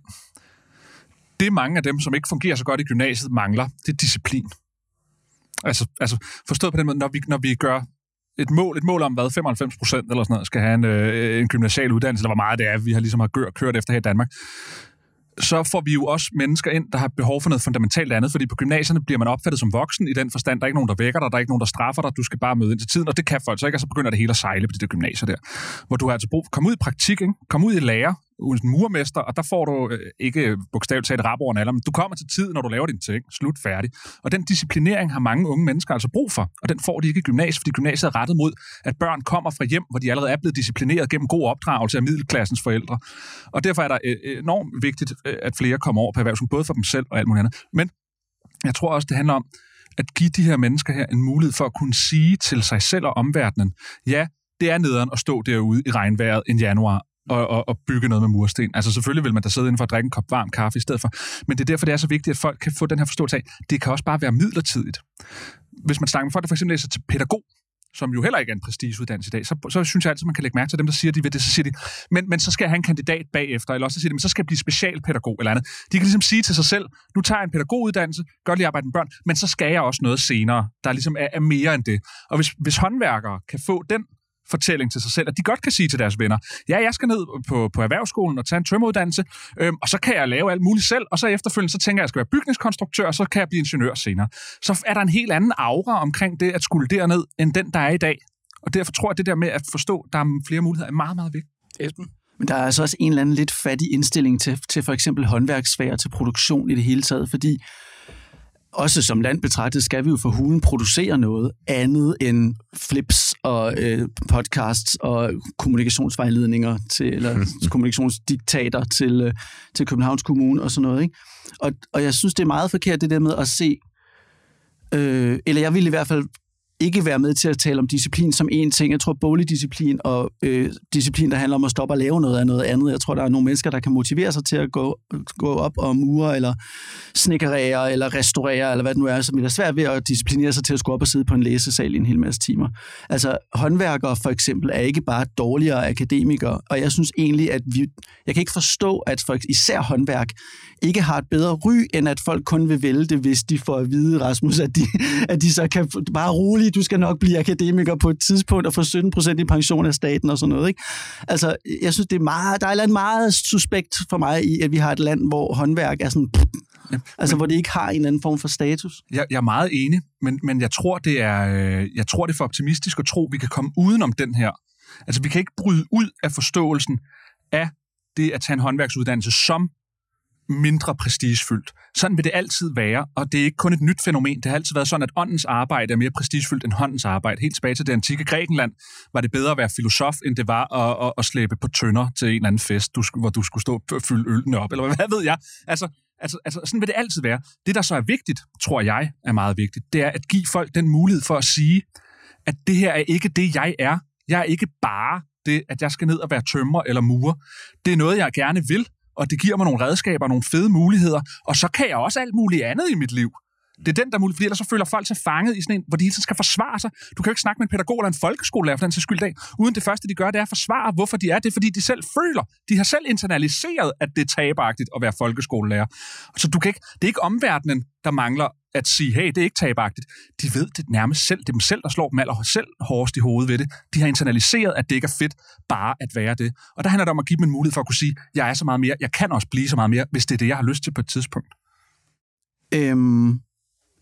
det mange af dem, som ikke fungerer så godt i gymnasiet, mangler, det er disciplin. Altså, altså forstået på den måde, når vi, når vi gør et mål, et mål om, hvad, femoghalvfems procent eller sådan noget, skal have en, øh, en gymnasial uddannelse, eller hvor meget det er, vi har ligesom har kørt, kørt efter her i Danmark, så får vi jo også mennesker ind, der har behov for noget fundamentalt andet, fordi på gymnasierne bliver man opfattet som voksen i den forstand, der er ikke nogen, der vækker dig, der er ikke nogen, der straffer dig, du skal bare møde ind til tiden, og det kan folk så ikke, og så begynder det hele at sejle på de der gymnasier der, hvor du har altså brug for at komme ud i praktik, ikke? Komme ud i lære, en murmester, og der får du øh, ikke bogstaveligt talt rap over en alder, men du kommer til tid, når du laver din ting, slut, færdig. Og den disciplinering har mange unge mennesker altså brug for, og den får de ikke i gymnasiet, fordi gymnasiet er rettet mod, at børn kommer fra hjem, hvor de allerede er blevet disciplineret gennem god opdragelse af middelklassens forældre. Og derfor er der øh, enormt vigtigt, at flere kommer over på erhvervsskolen, både for dem selv og alt muligt andet. Men jeg tror også, det handler om at give de her mennesker her en mulighed for at kunne sige til sig selv og omverdenen, ja, det er nederen at stå derude i regnvejret en januar, Og, og, og bygge noget med mursten. Altså selvfølgelig vil man da sidde inden for at drikke en kop varm kaffe i stedet for. Men det er derfor, det er så vigtigt, at folk kan få den her forståelse af, det kan også bare være midlertidigt. Hvis man snakker med folk, der for eksempel læser til pædagog, som jo heller ikke er en prestigeuddannelse i dag, så, så synes jeg altid, man kan lægge mærke til dem, der siger, de ved det, så siger de, men, men så skal jeg have en kandidat bagefter, eller også så siger de, men så skal jeg blive specialpædagog eller andet. De kan ligesom sige til sig selv, nu tager jeg en pædagoguddannelse, gør lige arbejde med børn, men så skal jeg også noget senere, der ligesom er, er mere end det. Og hvis, hvis håndværkere kan få den fortælling til sig selv, at de godt kan sige til deres venner, ja, jeg skal ned på, på erhvervsskolen og tage en tømmeruddannelse, øhm, og så kan jeg lave alt muligt selv, og så efterfølgende, så tænker jeg, at jeg skal være bygningskonstruktør, og så kan jeg blive ingeniør senere. Så er der en helt anden aura omkring det, at skulle derned, end den, der er i dag. Og derfor tror jeg, at det der med at forstå, at der er flere muligheder, er meget, meget vigtigt. Esben? Men der er altså også en eller anden lidt fattig indstilling til, til for eksempel håndværksfag og til produktion i det hele taget, fordi også som land betragtet, skal vi jo for hulen producere noget andet end flips og øh, podcasts og kommunikationsvejledninger til, eller kommunikationsdiktater til, øh, til Københavns Kommune og sådan noget, ikke? Og, og jeg synes, det er meget forkert, det der med at se, øh, eller jeg vil i hvert fald ikke være med til at tale om disciplin som en ting. Jeg tror, boligdisciplin og øh, disciplin, der handler om at stoppe og lave noget af noget andet. Jeg tror, der er nogle mennesker, der kan motivere sig til at gå, gå op og mure, eller snikkerere, eller restaurere, eller hvad det nu er, som er svært ved at disciplinere sig til at gå op og sidde på en læsesal i en hel masse timer. Altså, håndværkere for eksempel er ikke bare dårligere akademikere, og jeg synes egentlig, at vi... Jeg kan ikke forstå, at folk, især håndværk, ikke har et bedre ry, end at folk kun vil vælge det, hvis de får at vide, Rasmus, at de, at de så kan bare roligt, du skal nok blive akademiker på et tidspunkt og få sytten procent i pension af staten og sådan noget, ikke? Altså, jeg synes, det er meget, der er et meget suspekt for mig i, at vi har et land, hvor håndværk er sådan, pff, ja, altså men, hvor det ikke har en eller anden form for status. Jeg, jeg er meget enig, men, men jeg tror, det er, jeg tror, det er for optimistisk at tro, at vi kan komme udenom den her. Altså, vi kan ikke bryde ud af forståelsen af det at tage en håndværksuddannelse som mindre prestigefyldt. Sådan vil det altid være, og det er ikke kun et nyt fænomen. Det har altid været sådan, at åndens arbejde er mere prestigefyldt end håndens arbejde. Helt tilbage til det antikke Grækenland var det bedre at være filosof, end det var at, at, at slæbe på tønder til en eller anden fest, du, hvor du skulle stå og fylde ølene op, eller hvad ved jeg. Altså, altså, altså, sådan vil det altid være. Det, der så er vigtigt, tror jeg er meget vigtigt, det er at give folk den mulighed for at sige, at det her er ikke det, jeg er. Jeg er ikke bare det, at jeg skal ned og være tømrer eller murer. Det er noget, jeg gerne vil, og det giver mig nogle redskaber, nogle fede muligheder, og så kan jeg også alt muligt andet i mit liv. Det er den, der er muligt, fordi ellers så føler folk sig fanget i sådan en, hvor de hele tiden skal forsvare sig. Du kan jo ikke snakke med en pædagog eller en folkeskolelærer for den til skyld dag, uden det første, de gør, det er at forsvare, hvorfor de er det, fordi de selv føler, de har selv internaliseret, at det er taberagtigt at være folkeskolelærer. Så du kan ikke, det er ikke omverdenen, der mangler at sige, hey, det er ikke taberagtigt. De ved det nærmest selv. Det er dem selv, der slår dem aller selv hårdest i hovedet ved det. De har internaliseret, at det ikke er fedt bare at være det. Og der handler det om at give dem en mulighed for at kunne sige, jeg er så meget mere, jeg kan også blive så meget mere, hvis det er det, jeg har lyst til på et tidspunkt. Øhm,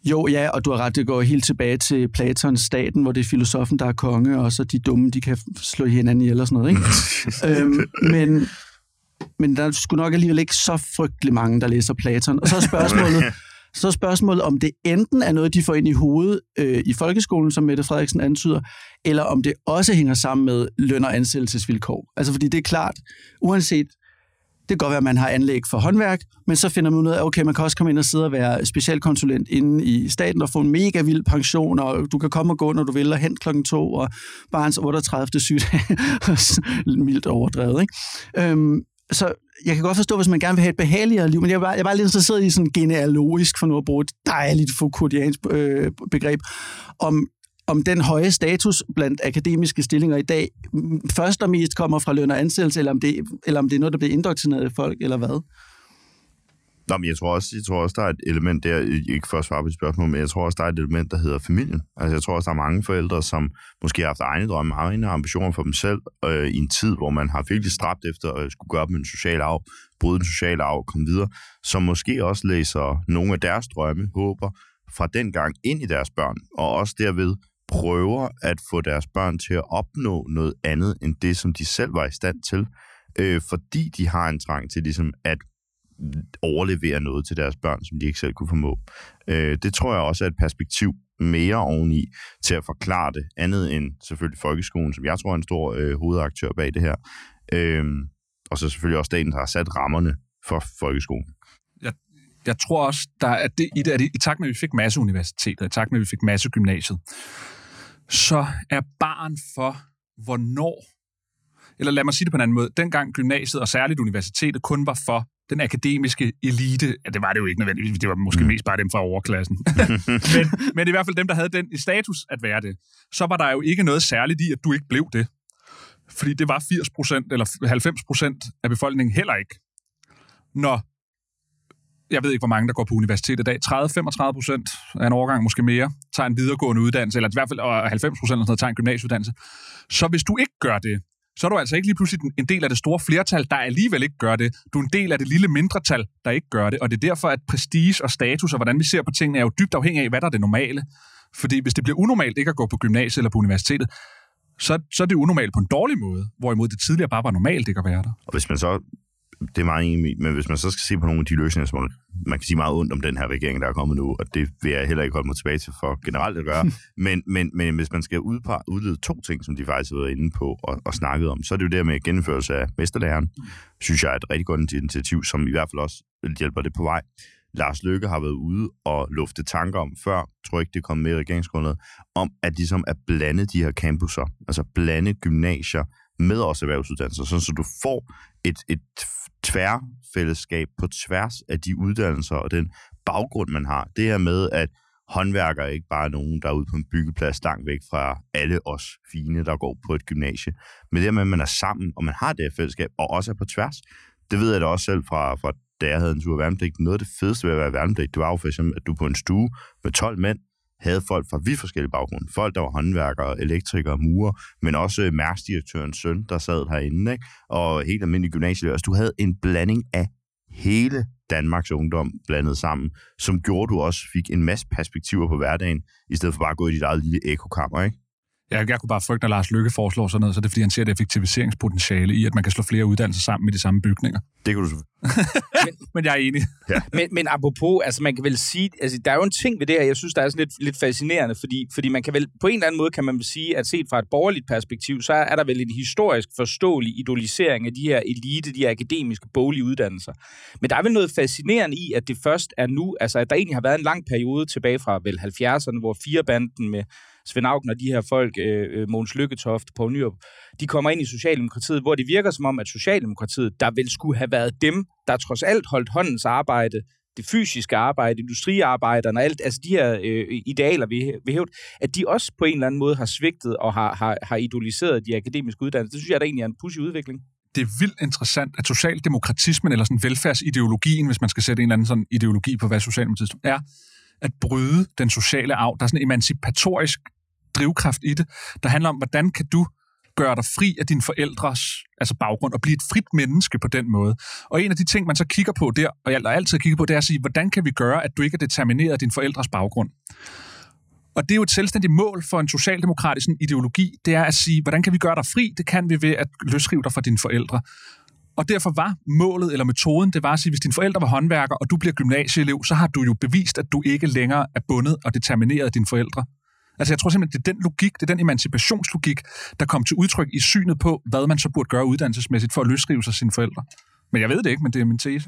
Jo, ja, og du har ret, det går helt tilbage til Platons Staten, hvor det er filosofen, der er konge, og så de dumme, de kan slå hinanden ihjel og sådan noget, ikke? øhm, men, men der er sgu nok alligevel ikke så frygtelig mange, der læser Platon. Og så er spørgsmålet, så er spørgsmålet om det enten er noget, de får ind i hovedet øh, i folkeskolen, som Mette Frederiksen antyder, eller om det også hænger sammen med løn- og ansættelsesvilkår. Altså, fordi det er klart, uanset, det kan godt være, at man har anlæg for håndværk, men så finder man ud af, at okay, man kan også komme ind og sidde og være specialkonsulent inde i staten og få en mega vild pension, og du kan komme og gå, når du vil, og hente klokken to, og barns otteogtredivte sygdag, mildt overdrevet, ikke? Øhm, så jeg kan godt forstå, hvis man gerne vil have et behageligere liv, men jeg er bare, jeg er bare lidt interesseret i sådan genealogisk, for nu at bruge et dejligt Foucaultiansk øh, begreb, om om den høje status blandt akademiske stillinger i dag først og mest kommer fra løn og ansættelse, eller om det, eller om det er noget, der bliver indoktrineret i folk, eller hvad? Nå, men jeg tror også, jeg tror også, der er et element der, ikke for at svare på et spørgsmål, men jeg tror også, der er et element, der hedder familien. Altså, jeg tror også, der er mange forældre, som måske har haft egne drømme, egne ambitioner for dem selv, øh, i en tid, hvor man har virkelig stræbt efter at skulle gøre dem en social arv, bryde en social arv og komme videre, som måske også læser nogle af deres drømme, håber, fra den gang ind i deres børn, og også derved prøver at få deres børn til at opnå noget andet, end det, som de selv var i stand til, øh, fordi de har en trang til ligesom at overlevere noget til deres børn, som de ikke selv kunne formå. Øh, det tror jeg også er et perspektiv mere oveni til at forklare det, andet end selvfølgelig folkeskolen, som jeg tror er en stor øh, hovedaktør bag det her. Øh, og så selvfølgelig også staten, der har sat rammerne for folkeskolen. Jeg, jeg tror også, der er det, i, det, i takt med, at vi fik masseuniversitetet, i takt med, at vi fik massegymnasiet, så er barn for, hvornår, eller lad mig sige det på en anden måde, dengang gymnasiet og særligt universitetet kun var for den akademiske elite, ja, det var det jo ikke nødvendigvis, det var måske mest bare dem fra overklassen, men, men i hvert fald dem, der havde den i status at være det, så var der jo ikke noget særligt i, at du ikke blev det. Fordi det var firs procent eller halvfems procent af befolkningen heller ikke. Når, jeg ved ikke, hvor mange, der går på universitetet i dag, tredive til femogtredive procent af en årgang, måske mere, tager en videregående uddannelse, eller i hvert fald halvfems procent eller sådan noget, tager en gymnasieuddannelse. Så hvis du ikke gør det, så er du altså ikke lige pludselig en del af det store flertal, der alligevel ikke gør det. Du er en del af det lille mindretal, der ikke gør det. Og det er derfor, at prestige og status og hvordan vi ser på tingene er jo dybt afhængig af, hvad der er det normale. Fordi hvis det bliver unormalt ikke at gå på gymnasiet eller på universitetet, så, så er det unormalt på en dårlig måde, hvorimod det tidligere bare var normalt ikke at være der. Og hvis man så, det er meget enig, men hvis man så skal se på nogle af de løsninger, som man kan sige meget ondt om den her regering, der er kommet nu, og det vil jeg heller ikke holde mig tilbage til for generelt at gøre, men, men, men hvis man skal udlede to ting, som de faktisk har været inde på og, og snakket om, så er det jo der med gennemførelse af mesterlæren, synes jeg er et rigtig godt initiativ, som i hvert fald også hjælper det på vej. Lars Løkke har været ude og lufte tanker om før, tror ikke det er kommet med i regeringsgrundlaget, om at ligesom at blande de her campuser, altså blande gymnasier med også erhvervsuddannelser, sådan så du får et, et tværfællesskab på tværs af de uddannelser og den baggrund, man har. Det her med, at håndværkere ikke bare er nogen, der er ude på en byggeplads langt væk fra alle os fine, der går på et gymnasie, men det her med, at man er sammen, og man har det her fællesskab, og også er på tværs. Det ved jeg da også selv fra, fra da jeg havde en tur værnepligt. Noget af det fedeste ved at være værnepligt, det var jo for eksempel, at du på en stue med tolv mænd havde folk fra vidt forskellige baggrunde. Folk, der var håndværkere, elektrikere, murer, men også Mærsk-direktørens søn, der sad herinde, ikke? Og helt almindelig gymnasielærer. Altså, du havde en blanding af hele Danmarks ungdom blandet sammen, som gjorde, du også fik en masse perspektiver på hverdagen, i stedet for bare at gå i dit eget lille ekokammer, ikke? Jeg, jeg kunne bare frygte, når Lars Løkke foreslår sådan noget, så det er, fordi han ser det effektiviseringspotentiale i, at man kan slå flere uddannelser sammen med de samme bygninger. Det kan du men, men jeg er enig. Ja. Men, men apropos, altså man kan vel sige, altså der er jo en ting ved det her, jeg synes, der er sådan lidt, lidt fascinerende, fordi, fordi man kan vel, på en eller anden måde kan man vel sige, at set fra et borgerligt perspektiv, så er der vel en historisk forståelig idolisering af de her elite, de her akademiske, boglige uddannelser. Men der er vel noget fascinerende i, at det først er nu, altså at der egentlig har været en lang periode tilbage fra vel halvfjerdserne, hvor firebanden med Svend Auken og de her folk, øh, Mogens Lykketoft, Poul Nyrup, de kommer ind i Socialdemokratiet, hvor det virker som om, at Socialdemokratiet, der vel skulle have været dem, der trods alt holdt håndens arbejde, det fysiske arbejde, industriarbejderne og alt, altså de her øh, idealer, vi, vi hævde, at de også på en eller anden måde har svigtet og har, har, har idoliseret de akademiske uddannelser. Det synes jeg, der egentlig er en pudsig udvikling. Det er vildt interessant, at socialdemokratismen, eller sådan velfærdsideologien, hvis man skal sætte en eller anden sådan ideologi på, hvad Socialdemokratiet er, at bryde den sociale arv. Der er sådan en emancipatorisk drivkraft i det, der handler om, hvordan kan du gøre dig fri af dine forældres altså baggrund, og blive et frit menneske på den måde. Og en af de ting, man så kigger på der, og jeg altid kigger på, det er at sige, hvordan kan vi gøre, at du ikke er determineret af dine forældres baggrund? Og det er jo et selvstændigt mål for en socialdemokratisk ideologi, det er at sige, hvordan kan vi gøre dig fri? Det kan vi ved at løsrive dig fra dine forældre. Og derfor var målet eller metoden, det var at sige, hvis dine forældre var håndværker, og du bliver gymnasieelev, så har du jo bevist, at du ikke længere er bundet og determineret af dine forældre. Altså jeg tror simpelthen, det er den logik, det er den emancipationslogik, der kom til udtryk i synet på, hvad man så burde gøre uddannelsesmæssigt for at løsrive sig sine forældre. Men jeg ved det ikke, men det er min tese.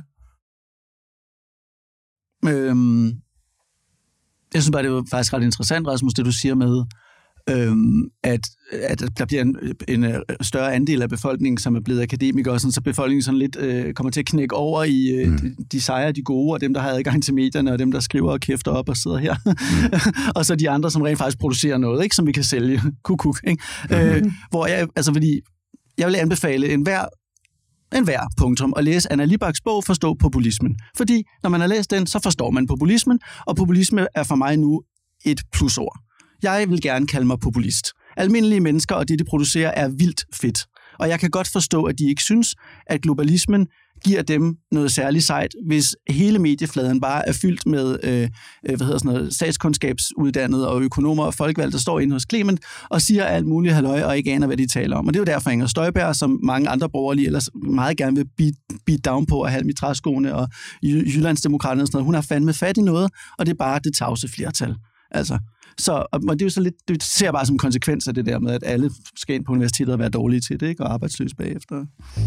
Øhm, jeg synes bare, det var faktisk ret interessant, Rasmus, det du siger med, øhm, at, at der bliver en, en større andel af befolkningen, som er blevet akademikere, sådan, så befolkningen sådan lidt øh, kommer til at knække over i øh, mm. de, de sejre, de gode, og dem, der har adgang til medierne, og dem, der skriver og kæfter op og sidder her. Mm. Og så de andre, som rent faktisk producerer noget, ikke, som vi kan sælge. Kuk, kuk, ikke? Mm. Øh, hvor jeg, altså fordi, jeg vil anbefale enhver en hver punktum, og læse Anna Libaks bog Forstå populismen. Fordi når man har læst den, så forstår man populismen, og populisme er for mig nu et plusord. Jeg vil gerne kalde mig populist. Almindelige mennesker og det, de producerer, er vildt fedt. Og jeg kan godt forstå, at de ikke synes, at globalismen giver dem noget særligt sejt, hvis hele mediefladen bare er fyldt med øh, hvad hedder sådan noget, statskundskabsuddannede og økonomer og folkevalgte, der står inde hos Clement og siger alt muligt halløj og ikke aner, hvad de taler om. Og det er jo derfor, Inger Støjberg, som mange andre borgerlige ellers meget gerne vil beat, beat down på og halm i træskoene, og Jyllandsdemokraterne og sådan noget, hun har fandme fat i noget, og det er bare det tavse flertal. Altså, så, og det er jo så lidt, det ser jeg bare som konsekvens af det der med, at alle skal ind på universitetet og være dårlige til det, ikke? Og arbejdsløse bagefter.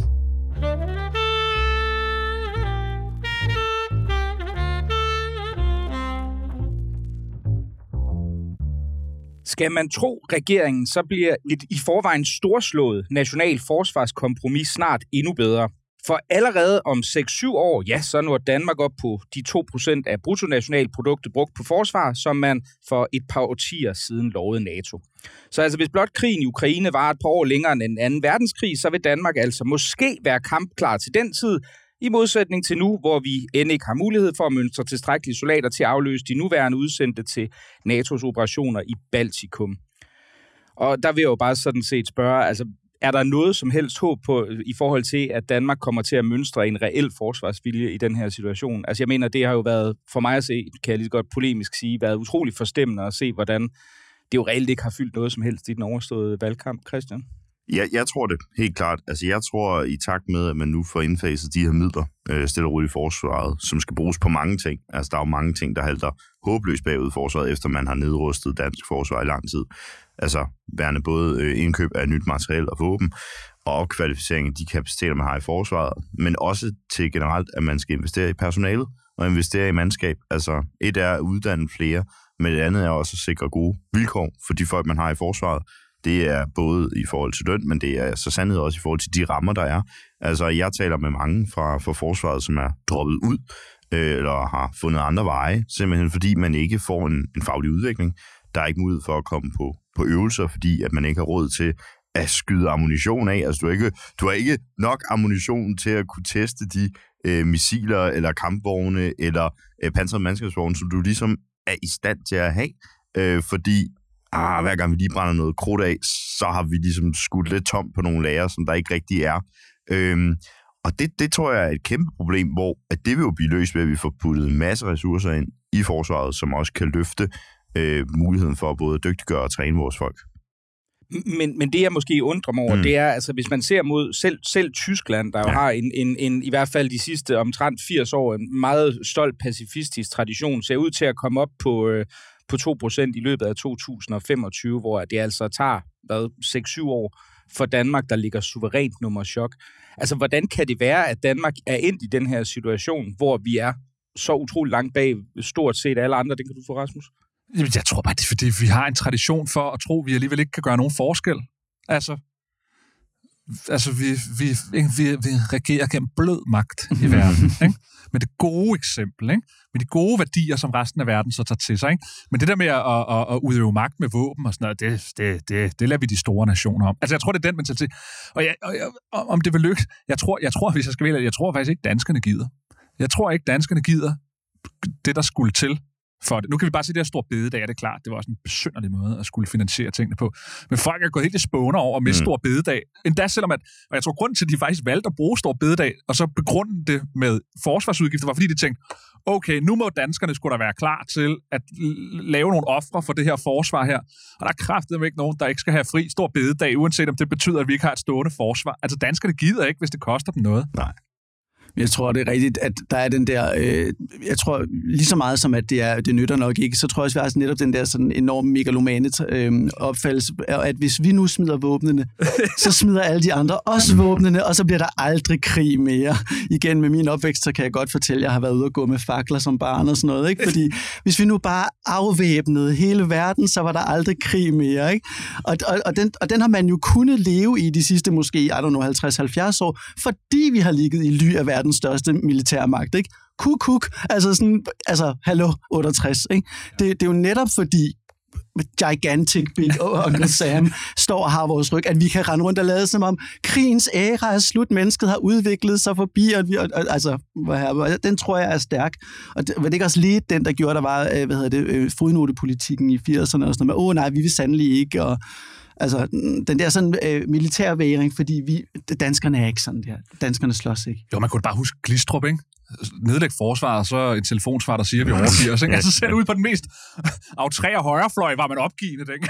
Skal man tro regeringen, så bliver et i forvejen storslået national forsvarskompromis snart endnu bedre. For allerede om seks syv år, ja, så når Danmark op på de to procent af bruttonationalproduktet brugt på forsvar, som man for et par årtier siden lovede NATO. Så altså, hvis blot krigen i Ukraine var et par år længere end en anden verdenskrig, så vil Danmark altså måske være kampklar til den tid, i modsætning til nu, hvor vi end ikke har mulighed for at mønstre tilstrækkelige soldater til at afløse de nuværende udsendte til N A T O's operationer i Baltikum. Og der vil jeg jo bare sådan set spørge, altså, er der noget som helst håb på i forhold til, at Danmark kommer til at mønstre en reel forsvarsvilje i den her situation? Altså jeg mener, det har jo været, for mig at se, kan jeg lige godt polemisk sige, været utrolig forstemmende at se, hvordan det jo reelt ikke har fyldt noget som helst i den overståede valgkamp, Christian. Ja, jeg tror det, helt klart. Altså, jeg tror i takt med, at man nu får indfaset de her midler, øh, stille og roligt i forsvaret, som skal bruges på mange ting. Altså, der er jo mange ting, der halter håbløst bagud i forsvaret, efter man har nedrustet dansk forsvar i lang tid. Altså, værende både øh, indkøb af nyt materiel og våben, og opkvalificering af de kapaciteter, man har i forsvaret, men også til generelt, at man skal investere i personalet og investere i mandskab. Altså, et er at uddanne flere, men det andet er også at sikre gode vilkår for de folk, man har i forsvaret. Det er både i forhold til løn, men det er så sandhed også i forhold til de rammer, der er. Altså, jeg taler med mange fra, fra forsvaret, som er droppet ud, øh, eller har fundet andre veje, simpelthen fordi man ikke får en, en faglig udvikling. Der er ikke mulighed for at komme på, på øvelser, fordi at man ikke har råd til at skyde ammunition af. Altså, du har ikke, du har ikke nok ammunition til at kunne teste de øh, missiler, eller kampvogne, eller øh, pansrede mandskabsvogne, som du ligesom er i stand til at have, øh, fordi Ah, hver gang vi lige brænder noget krudt af, så har vi ligesom skudt lidt tom på nogle lager, som der ikke rigtig er. Øhm, og det, det tror jeg er et kæmpe problem, hvor at det vil jo blive løst ved, at vi får puttet en masse ressourcer ind i forsvaret, som også kan løfte øh, muligheden for at både dygtiggøre og træne vores folk. Men, men det, jeg måske undrer mig over, mm. det er, altså hvis man ser mod selv, selv Tyskland, der jo ja. har en, en, en, i hvert fald de sidste omtrent firs år, en meget stolt pacifistisk tradition, ser ud til at komme op på... Øh, på to procent i løbet af to tusind og femogtyve, hvor det altså tager seks syv år for Danmark, der ligger suverænt nummer chok. Altså, hvordan kan det være, at Danmark er endt i den her situation, hvor vi er så utrolig langt bag stort set alle andre? Det kan du få, Rasmus? Jeg tror bare, det er, fordi vi har en tradition for at tro, at vi alligevel ikke kan gøre nogen forskel. Altså, altså vi, vi, vi, vi regerer gennem blød magt i verden, ikke? Med det gode eksempel, ikke? Med de gode værdier, som resten af verden så tager til sig, ikke? Men det der med at, at, at udøve magt med våben og sådan noget, det, det, det, det lader vi de store nationer om. Altså, jeg tror, det er den mentalitet. Og, jeg, og jeg, om det vil lykkes, jeg tror, jeg tror, hvis jeg skal vælge, jeg tror faktisk ikke, danskerne gider. Jeg tror ikke, danskerne gider det, der skulle til for det. Nu kan vi bare se det her store bededag, det er klart, det var også en besynderlig måde at skulle finansiere tingene på. Men folk er gået helt i spåner over med mm. stor bededag. Endda selvom at, og jeg tror grunden til, at de faktisk valgte at bruge stor bededag, og så begrunde det med forsvarsudgifter, var fordi de tænkte, okay, nu må danskerne skulle da være klar til at lave nogle ofre for det her forsvar her. Og der er kraftedeme ikke nogen, der ikke skal have fri stor bededag, uanset om det betyder, at vi ikke har et stående forsvar. Altså danskerne gider ikke, hvis det koster dem noget. Nej. Jeg tror, det er rigtigt, at der er den der, øh, jeg tror lige så meget som, at det, er, det nytter nok ikke, så tror jeg også, at vi har netop den der sådan enorm megalomane øh, opfattelse, at hvis vi nu smider våbnene, så smider alle de andre også våbnene, og så bliver der aldrig krig mere. Igen med min opvækst, så kan jeg godt fortælle, at jeg har været ude og gå med fakler som barn og sådan noget, ikke? Fordi hvis vi nu bare afvæbnede hele verden, så var der aldrig krig mere, ikke? Og, og, og, den, og den har man jo kunnet leve i de sidste måske, I don't know, halvtreds til halvfjerds år, fordi vi har ligget i ly af verden største militærmagt, ikke? Kuk, kuk. Altså sådan, altså, hallo, otteogtres, ikke? Det, det er jo netop fordi gigantic big Uncle Sam står og har vores ryg, at vi kan rende rundt og lade som om krigens æra er slut, mennesket har udviklet sig forbi, og vi, og, altså, den tror jeg er stærk. Og det var det ikke også lige den, der gjorde, der var, hvad hedder det, fodnotepolitikken i firserne og sådan noget, åh oh, nej, vi vil sandelig ikke, og altså, den der sådan øh, militærværing, fordi vi, danskerne er ikke sådan der. Danskerne slås ikke. Jo, man kunne bare huske Glistrup, ikke? Nedlæg forsvaret, så en telefonsvar, der siger, at vi overgiver os, ikke? Altså selv ud på den mest aftræ- og højrefløj var man opgivende, ikke?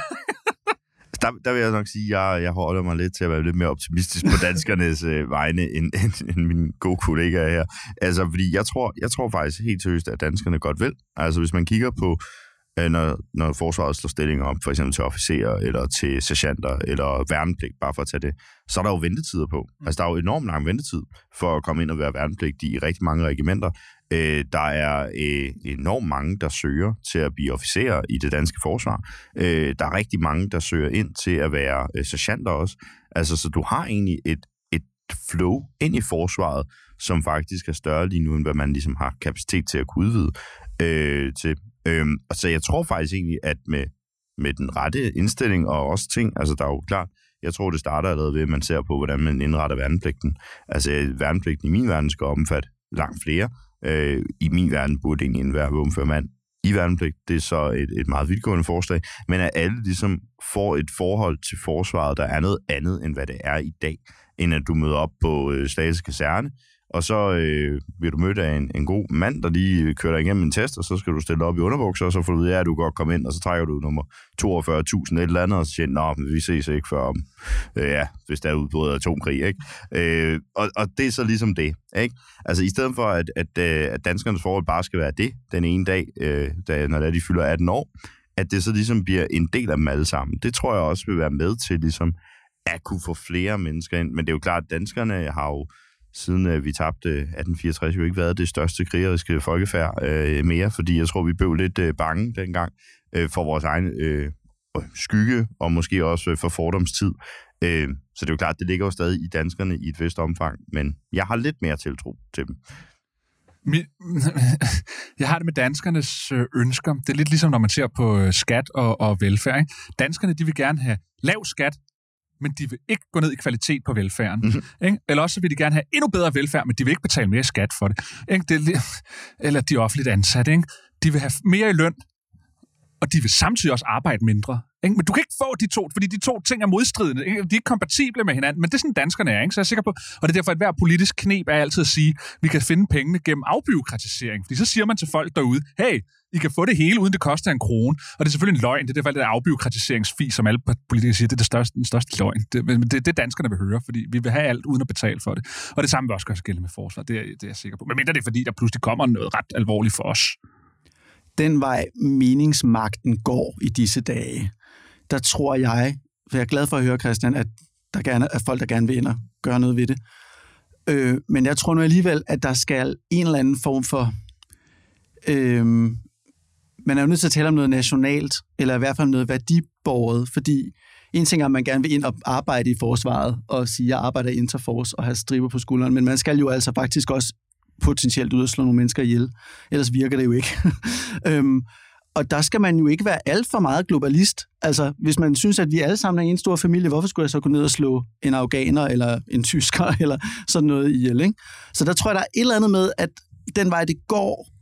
Der, der vil jeg nok sige, at jeg, jeg holder mig lidt til at være lidt mere optimistisk på danskernes øh, vegne, end, end, end mine gode kollegaer her. Altså, fordi jeg tror, jeg tror faktisk helt seriøst, at danskerne godt vil. Altså, hvis man kigger på Når, når forsvaret slår stillinger op, for eksempel til officerer, eller til sergeanter, eller værnepligt, bare for at tage det, så er der jo ventetider på. Altså, der er jo enormt lang ventetid for at komme ind og være værnepligtig i rigtig mange regimenter. Øh, der er øh, enormt mange, der søger til at blive officerer i det danske forsvar. Øh, der er rigtig mange, der søger ind til at være øh, sergeanter også. Altså, så du har egentlig et, et flow ind i forsvaret, som faktisk er større lige nu, end hvad man ligesom har kapacitet til at kunne udvide øh, til. Øhm, så jeg tror faktisk egentlig, at med, med den rette indstilling og også ting, altså der er jo klart, jeg tror det starter allerede ved, at man ser på, hvordan man indretter værnepligten. Altså værnepligten i min verden skal omfatte langt flere. Øh, I min verden burde egentlig være våbenfører mand i værnepligt. Det er så et, et meget vidtgående forslag. Men at alle ligesom får et forhold til forsvaret, der er noget andet, end hvad det er i dag, end at du møder op på øh, Slagelse Kaserne, og så øh, bliver du mødt af en, en god mand, der lige kører dig igennem en test, og så skal du stille op i underbukser, og så får du ud af, at du godt komme ind, og så trækker du nummer toogfyrre tusind et eller andet, og så siger, nå, men vi ses ikke før om, øh, ja, hvis der er udbrudt atomkrig, ikke? Øh, og, og det er så ligesom det, ikke? Altså, i stedet for, at, at, at danskernes forhold bare skal være det, den ene dag, øh, da, når de fylder atten år, at det så ligesom bliver en del af dem alle sammen. Det tror jeg også vil være med til, ligesom, at kunne få flere mennesker ind. Men det er jo klart, at danskerne har jo siden øh, vi tabte atten fireogtres, jo ikke været det største krigeriske folkefærd øh, mere, fordi jeg tror, vi blev lidt øh, bange dengang øh, for vores egen øh, skygge, og måske også øh, for fordomstid. Øh, så det er jo klart, det ligger jo stadig i danskerne i et vist omfang, men jeg har lidt mere tiltro til dem. Jeg har det med danskernes ønsker. Det er lidt ligesom, når man ser på skat og, og velfærd, ikke? Danskerne, de vil gerne have lav skat, men de vil ikke gå ned i kvalitet på velfærden. Mm-hmm. Ikke? Eller også vil de gerne have endnu bedre velfærd, men de vil ikke betale mere skat for det. Ikke? Det eller de offentligt ansatte. Ikke? De vil have mere i løn, og de vil samtidig også arbejde mindre. Ikke? Men du kan ikke få de to, fordi de to ting er modstridende. Ikke? De er ikke kompatible med hinanden, men det er sådan, danskerne er, ikke? Så jeg er sikker på. Og det er derfor, at hver politisk knep er altid at sige, at vi kan finde pengene gennem afbureaukratisering. Fordi så siger man til folk derude, hey, I kan få det hele, uden det koster en krone. Og det er selvfølgelig en løgn. Det er derfor, det der afbureaukratiseringsfis, som alle politikere siger, det er det største, den største løgn. Det, det, det er det, danskerne vil høre, fordi vi vil have alt uden at betale for det. Og det samme vil også gøre sig gældende med forsvar. Det er, det er jeg sikker på. Men mindre det er, fordi der pludselig kommer noget ret alvorligt for os. Den vej meningsmagten går i disse dage, der tror jeg, for jeg er glad for at høre, Christian, at der gerne er folk, der gerne vil ind og gøre noget ved det. Øh, men jeg tror nu alligevel, at der skal en eller anden form for... Øh, man er jo nødt til at tale om noget nationalt, eller i hvert fald noget værdibåret, fordi en ting er, at man gerne vil ind og arbejde i forsvaret, og sige, at jeg arbejder i Interforce og har striber på skulderen, men man skal jo altså faktisk også potentielt ud og slå nogle mennesker ihjel. Ellers virker det jo ikke. øhm, og der skal man jo ikke være alt for meget globalist. Altså, hvis man synes, at vi alle sammen er en stor familie, hvorfor skulle jeg så gå ned og slå en afghaner, eller en tysker, eller sådan noget ihjel, ikke? Så der tror jeg, der er et eller andet med, at den vej, det går,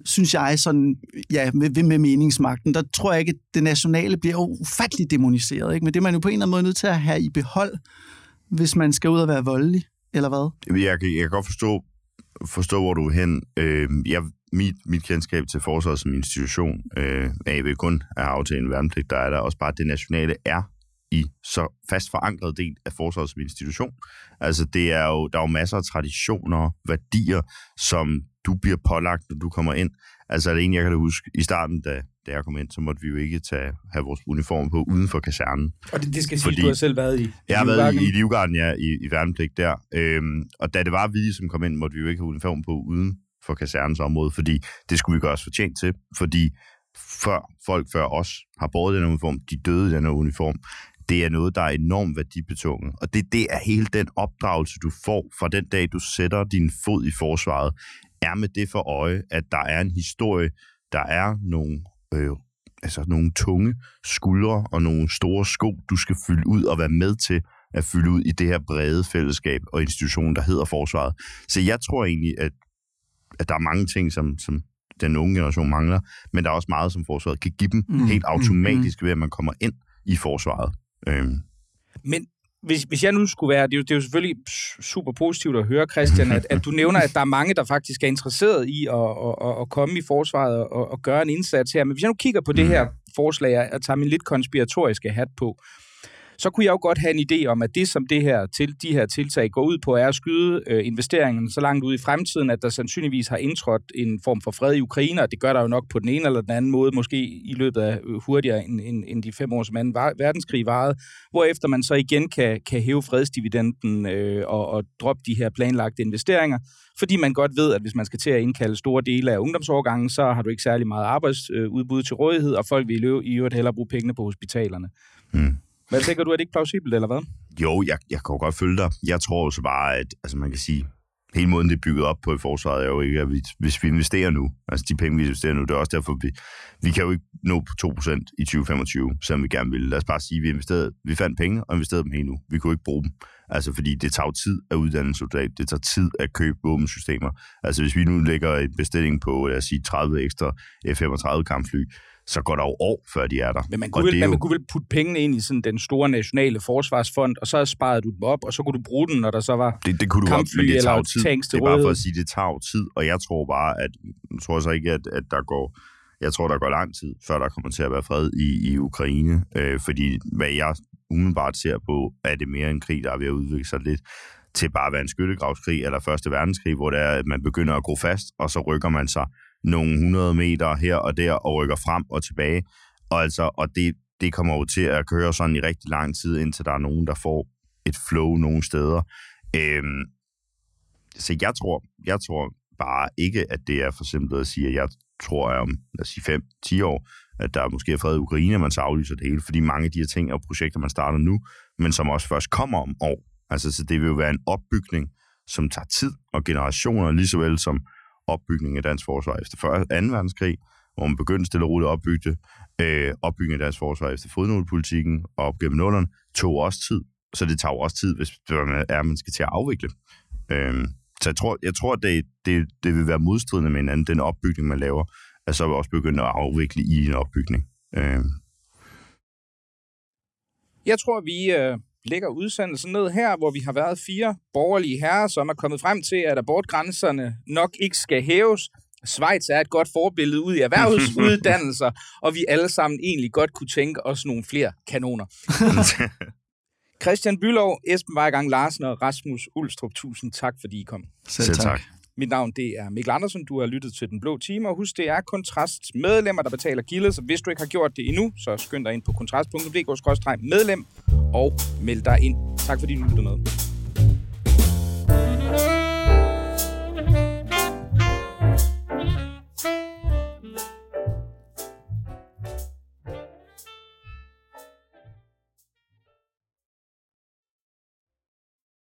synes jeg, sådan, ja, med, med meningsmagten, der tror jeg ikke, at det nationale bliver ufatteligt demoniseret. Ikke? Men det er man jo på en eller anden måde nødt til at have i behold, hvis man skal ud og være voldelig, eller hvad? Jeg kan, jeg kan godt forstå, forstå, hvor du er hen. Øh, jeg, mit, mit kendskab til forsvaret som institution øh, er ikke kun at aftale en værnepligt, der er der også bare, at det nationale er i så fast forankret del af forsvaret som institution. Altså, det er jo, der er jo masser af traditioner, værdier, som du bliver pålagt, når du kommer ind. Altså, det ene, jeg kan da huske, i starten, da, da jeg kom ind, så måtte vi jo ikke tage, have vores uniform på uden for kasernen. Og det, det skal sige, du har selv været i Jeg har været i, i Livgarden, ja, i, i værnepligt der. Øhm, og da det var vi, som kom ind, måtte vi jo ikke have uniform på uden for kasernens område, fordi det skulle vi gøre os fortjent til, fordi før, folk før os har båret den uniform, de døde i den uniform. Det er noget, der er enormt værdibetunget. Og det, det er hele den opdragelse, du får fra den dag, du sætter din fod i forsvaret, er med det for øje, at der er en historie, der er nogle, øh, altså nogle tunge skuldre og nogle store sko, du skal fylde ud og være med til at fylde ud i det her brede fællesskab og institution, der hedder forsvaret. Så jeg tror egentlig, at, at der er mange ting, som, som den unge generation mangler, men der er også meget, som forsvaret kan give dem mm. helt automatisk ved, at man kommer ind i forsvaret. Øhm. Men hvis, hvis jeg nu skulle være, det er, jo, det er jo selvfølgelig super positivt at høre, Christian, at, at du nævner, at der er mange, der faktisk er interesseret i at, at, at komme i forsvaret og, og gøre en indsats her. Men hvis jeg nu kigger på det her forslag og tager min lidt konspiratoriske hat på, så kunne jeg jo godt have en idé om, at det, som det her til, de her tiltag går ud på, er at skyde øh, investeringerne så langt ud i fremtiden, at der sandsynligvis har indtrådt en form for fred i Ukraine, og det gør der jo nok på den ene eller den anden måde, måske i løbet af hurtigere end, end, end de fem år, som anden verdenskrig varede, hvorefter man så igen kan, kan hæve fredsdividenden øh, og, og droppe de her planlagte investeringer, fordi man godt ved, at hvis man skal til at indkalde store dele af ungdomsårgangen, så har du ikke særlig meget arbejdsudbud til rådighed, og folk vil i øvrigt hellere bruge pengene på hospitalerne. Hmm. Hvad tænker du, er det ikke plausibelt, eller hvad? Jo, jeg, jeg kan jo godt følge dig. Jeg tror så bare, at altså man kan sige, hele måden det er bygget op på i forsvaret er jo ikke, at vi, hvis vi investerer nu, altså de penge, vi investerer nu, det er også derfor, vi, vi kan jo ikke nå på to procent i tyve femogtyve, som vi gerne ville. Lad os bare sige, at vi, investerede, vi fandt penge og investerede dem helt nu. Vi kunne ikke bruge dem. Altså, fordi det tager jo tid at uddanne en soldat. Det tager tid at købe våbensystemer. Altså, hvis vi nu lægger en bestilling på, lad os sige, tredive ekstra F femogtredive kampfly, så går der jo år, før de er der. Men man kunne, vel, man jo... kunne vel putte pengene ind i sådan den store nationale forsvarsfond, og så sparede du dem op, og så kunne du bruge den, når der så var det, det kunne du kampfly godt, det eller tid. tanks til rådighed. Det er bare for rådighed. at sige, det tager tid, og jeg tror bare, at jeg tror så ikke, at, at der går jeg tror, der går lang tid, før der kommer til at være fred i, i Ukraine, øh, fordi hvad jeg umiddelbart ser på, er det mere en krig, der er ved at udvikle sig lidt til bare at være en skyttegravskrig eller første verdenskrig, hvor det er, at man begynder at gå fast, og så rykker man sig nogle hundrede meter her og der, og rykker frem og tilbage. Og, altså, og det, det kommer jo til at køre sådan i rigtig lang tid, indtil der er nogen, der får et flow nogle steder. Øhm, så jeg tror, jeg tror bare ikke, at det er for simpelt at sige, at jeg tror, at om lad os sige fem til ti år, at der måske er fred i Ukraine, og man så aflyser det hele, fordi mange af de her ting og projekter, man starter nu, men som også først kommer om år. Altså, så det vil jo være en opbygning, som tager tid og generationer, lige så vel som opbygning af dansk forsvar efter anden verdenskrig, hvor man begyndte stille og roligt at opbygge det. Øh, opbygning af dansk forsvar efter fodnotepolitikken og op gennem nullerne tog også tid. Så det tager også tid, hvis det er, at man skal til at afvikle. Øh, så jeg tror, jeg tror det, det, det vil være modstridende med hinanden, den opbygning, man laver, at så vil også begynde at afvikle i en opbygning. Øh. Jeg tror, vi øh, lægger udsendelsen ned her, hvor vi har været fire borgerlige herrer, som er kommet frem til, at abortgrænserne nok ikke skal hæves. Schweiz er et godt forbillede ud i erhvervsuddannelser, og vi alle sammen egentlig godt kunne tænke os nogle flere kanoner. Christian Bülow, Esben Vejgang Larsen og Rasmus Ulstrup, tusind tak, fordi I kom. Selv tak. tak. Mit navn det er Mikkel Andersen, du har lyttet til Den Blå Time, og husk, det er Kontrasts medlemmer, der betaler gildet, så hvis du ikke har gjort det endnu, så skynd dig ind på kontrast punktum d k skråstreg medlem og meld dig ind. Tak fordi du lyttede med.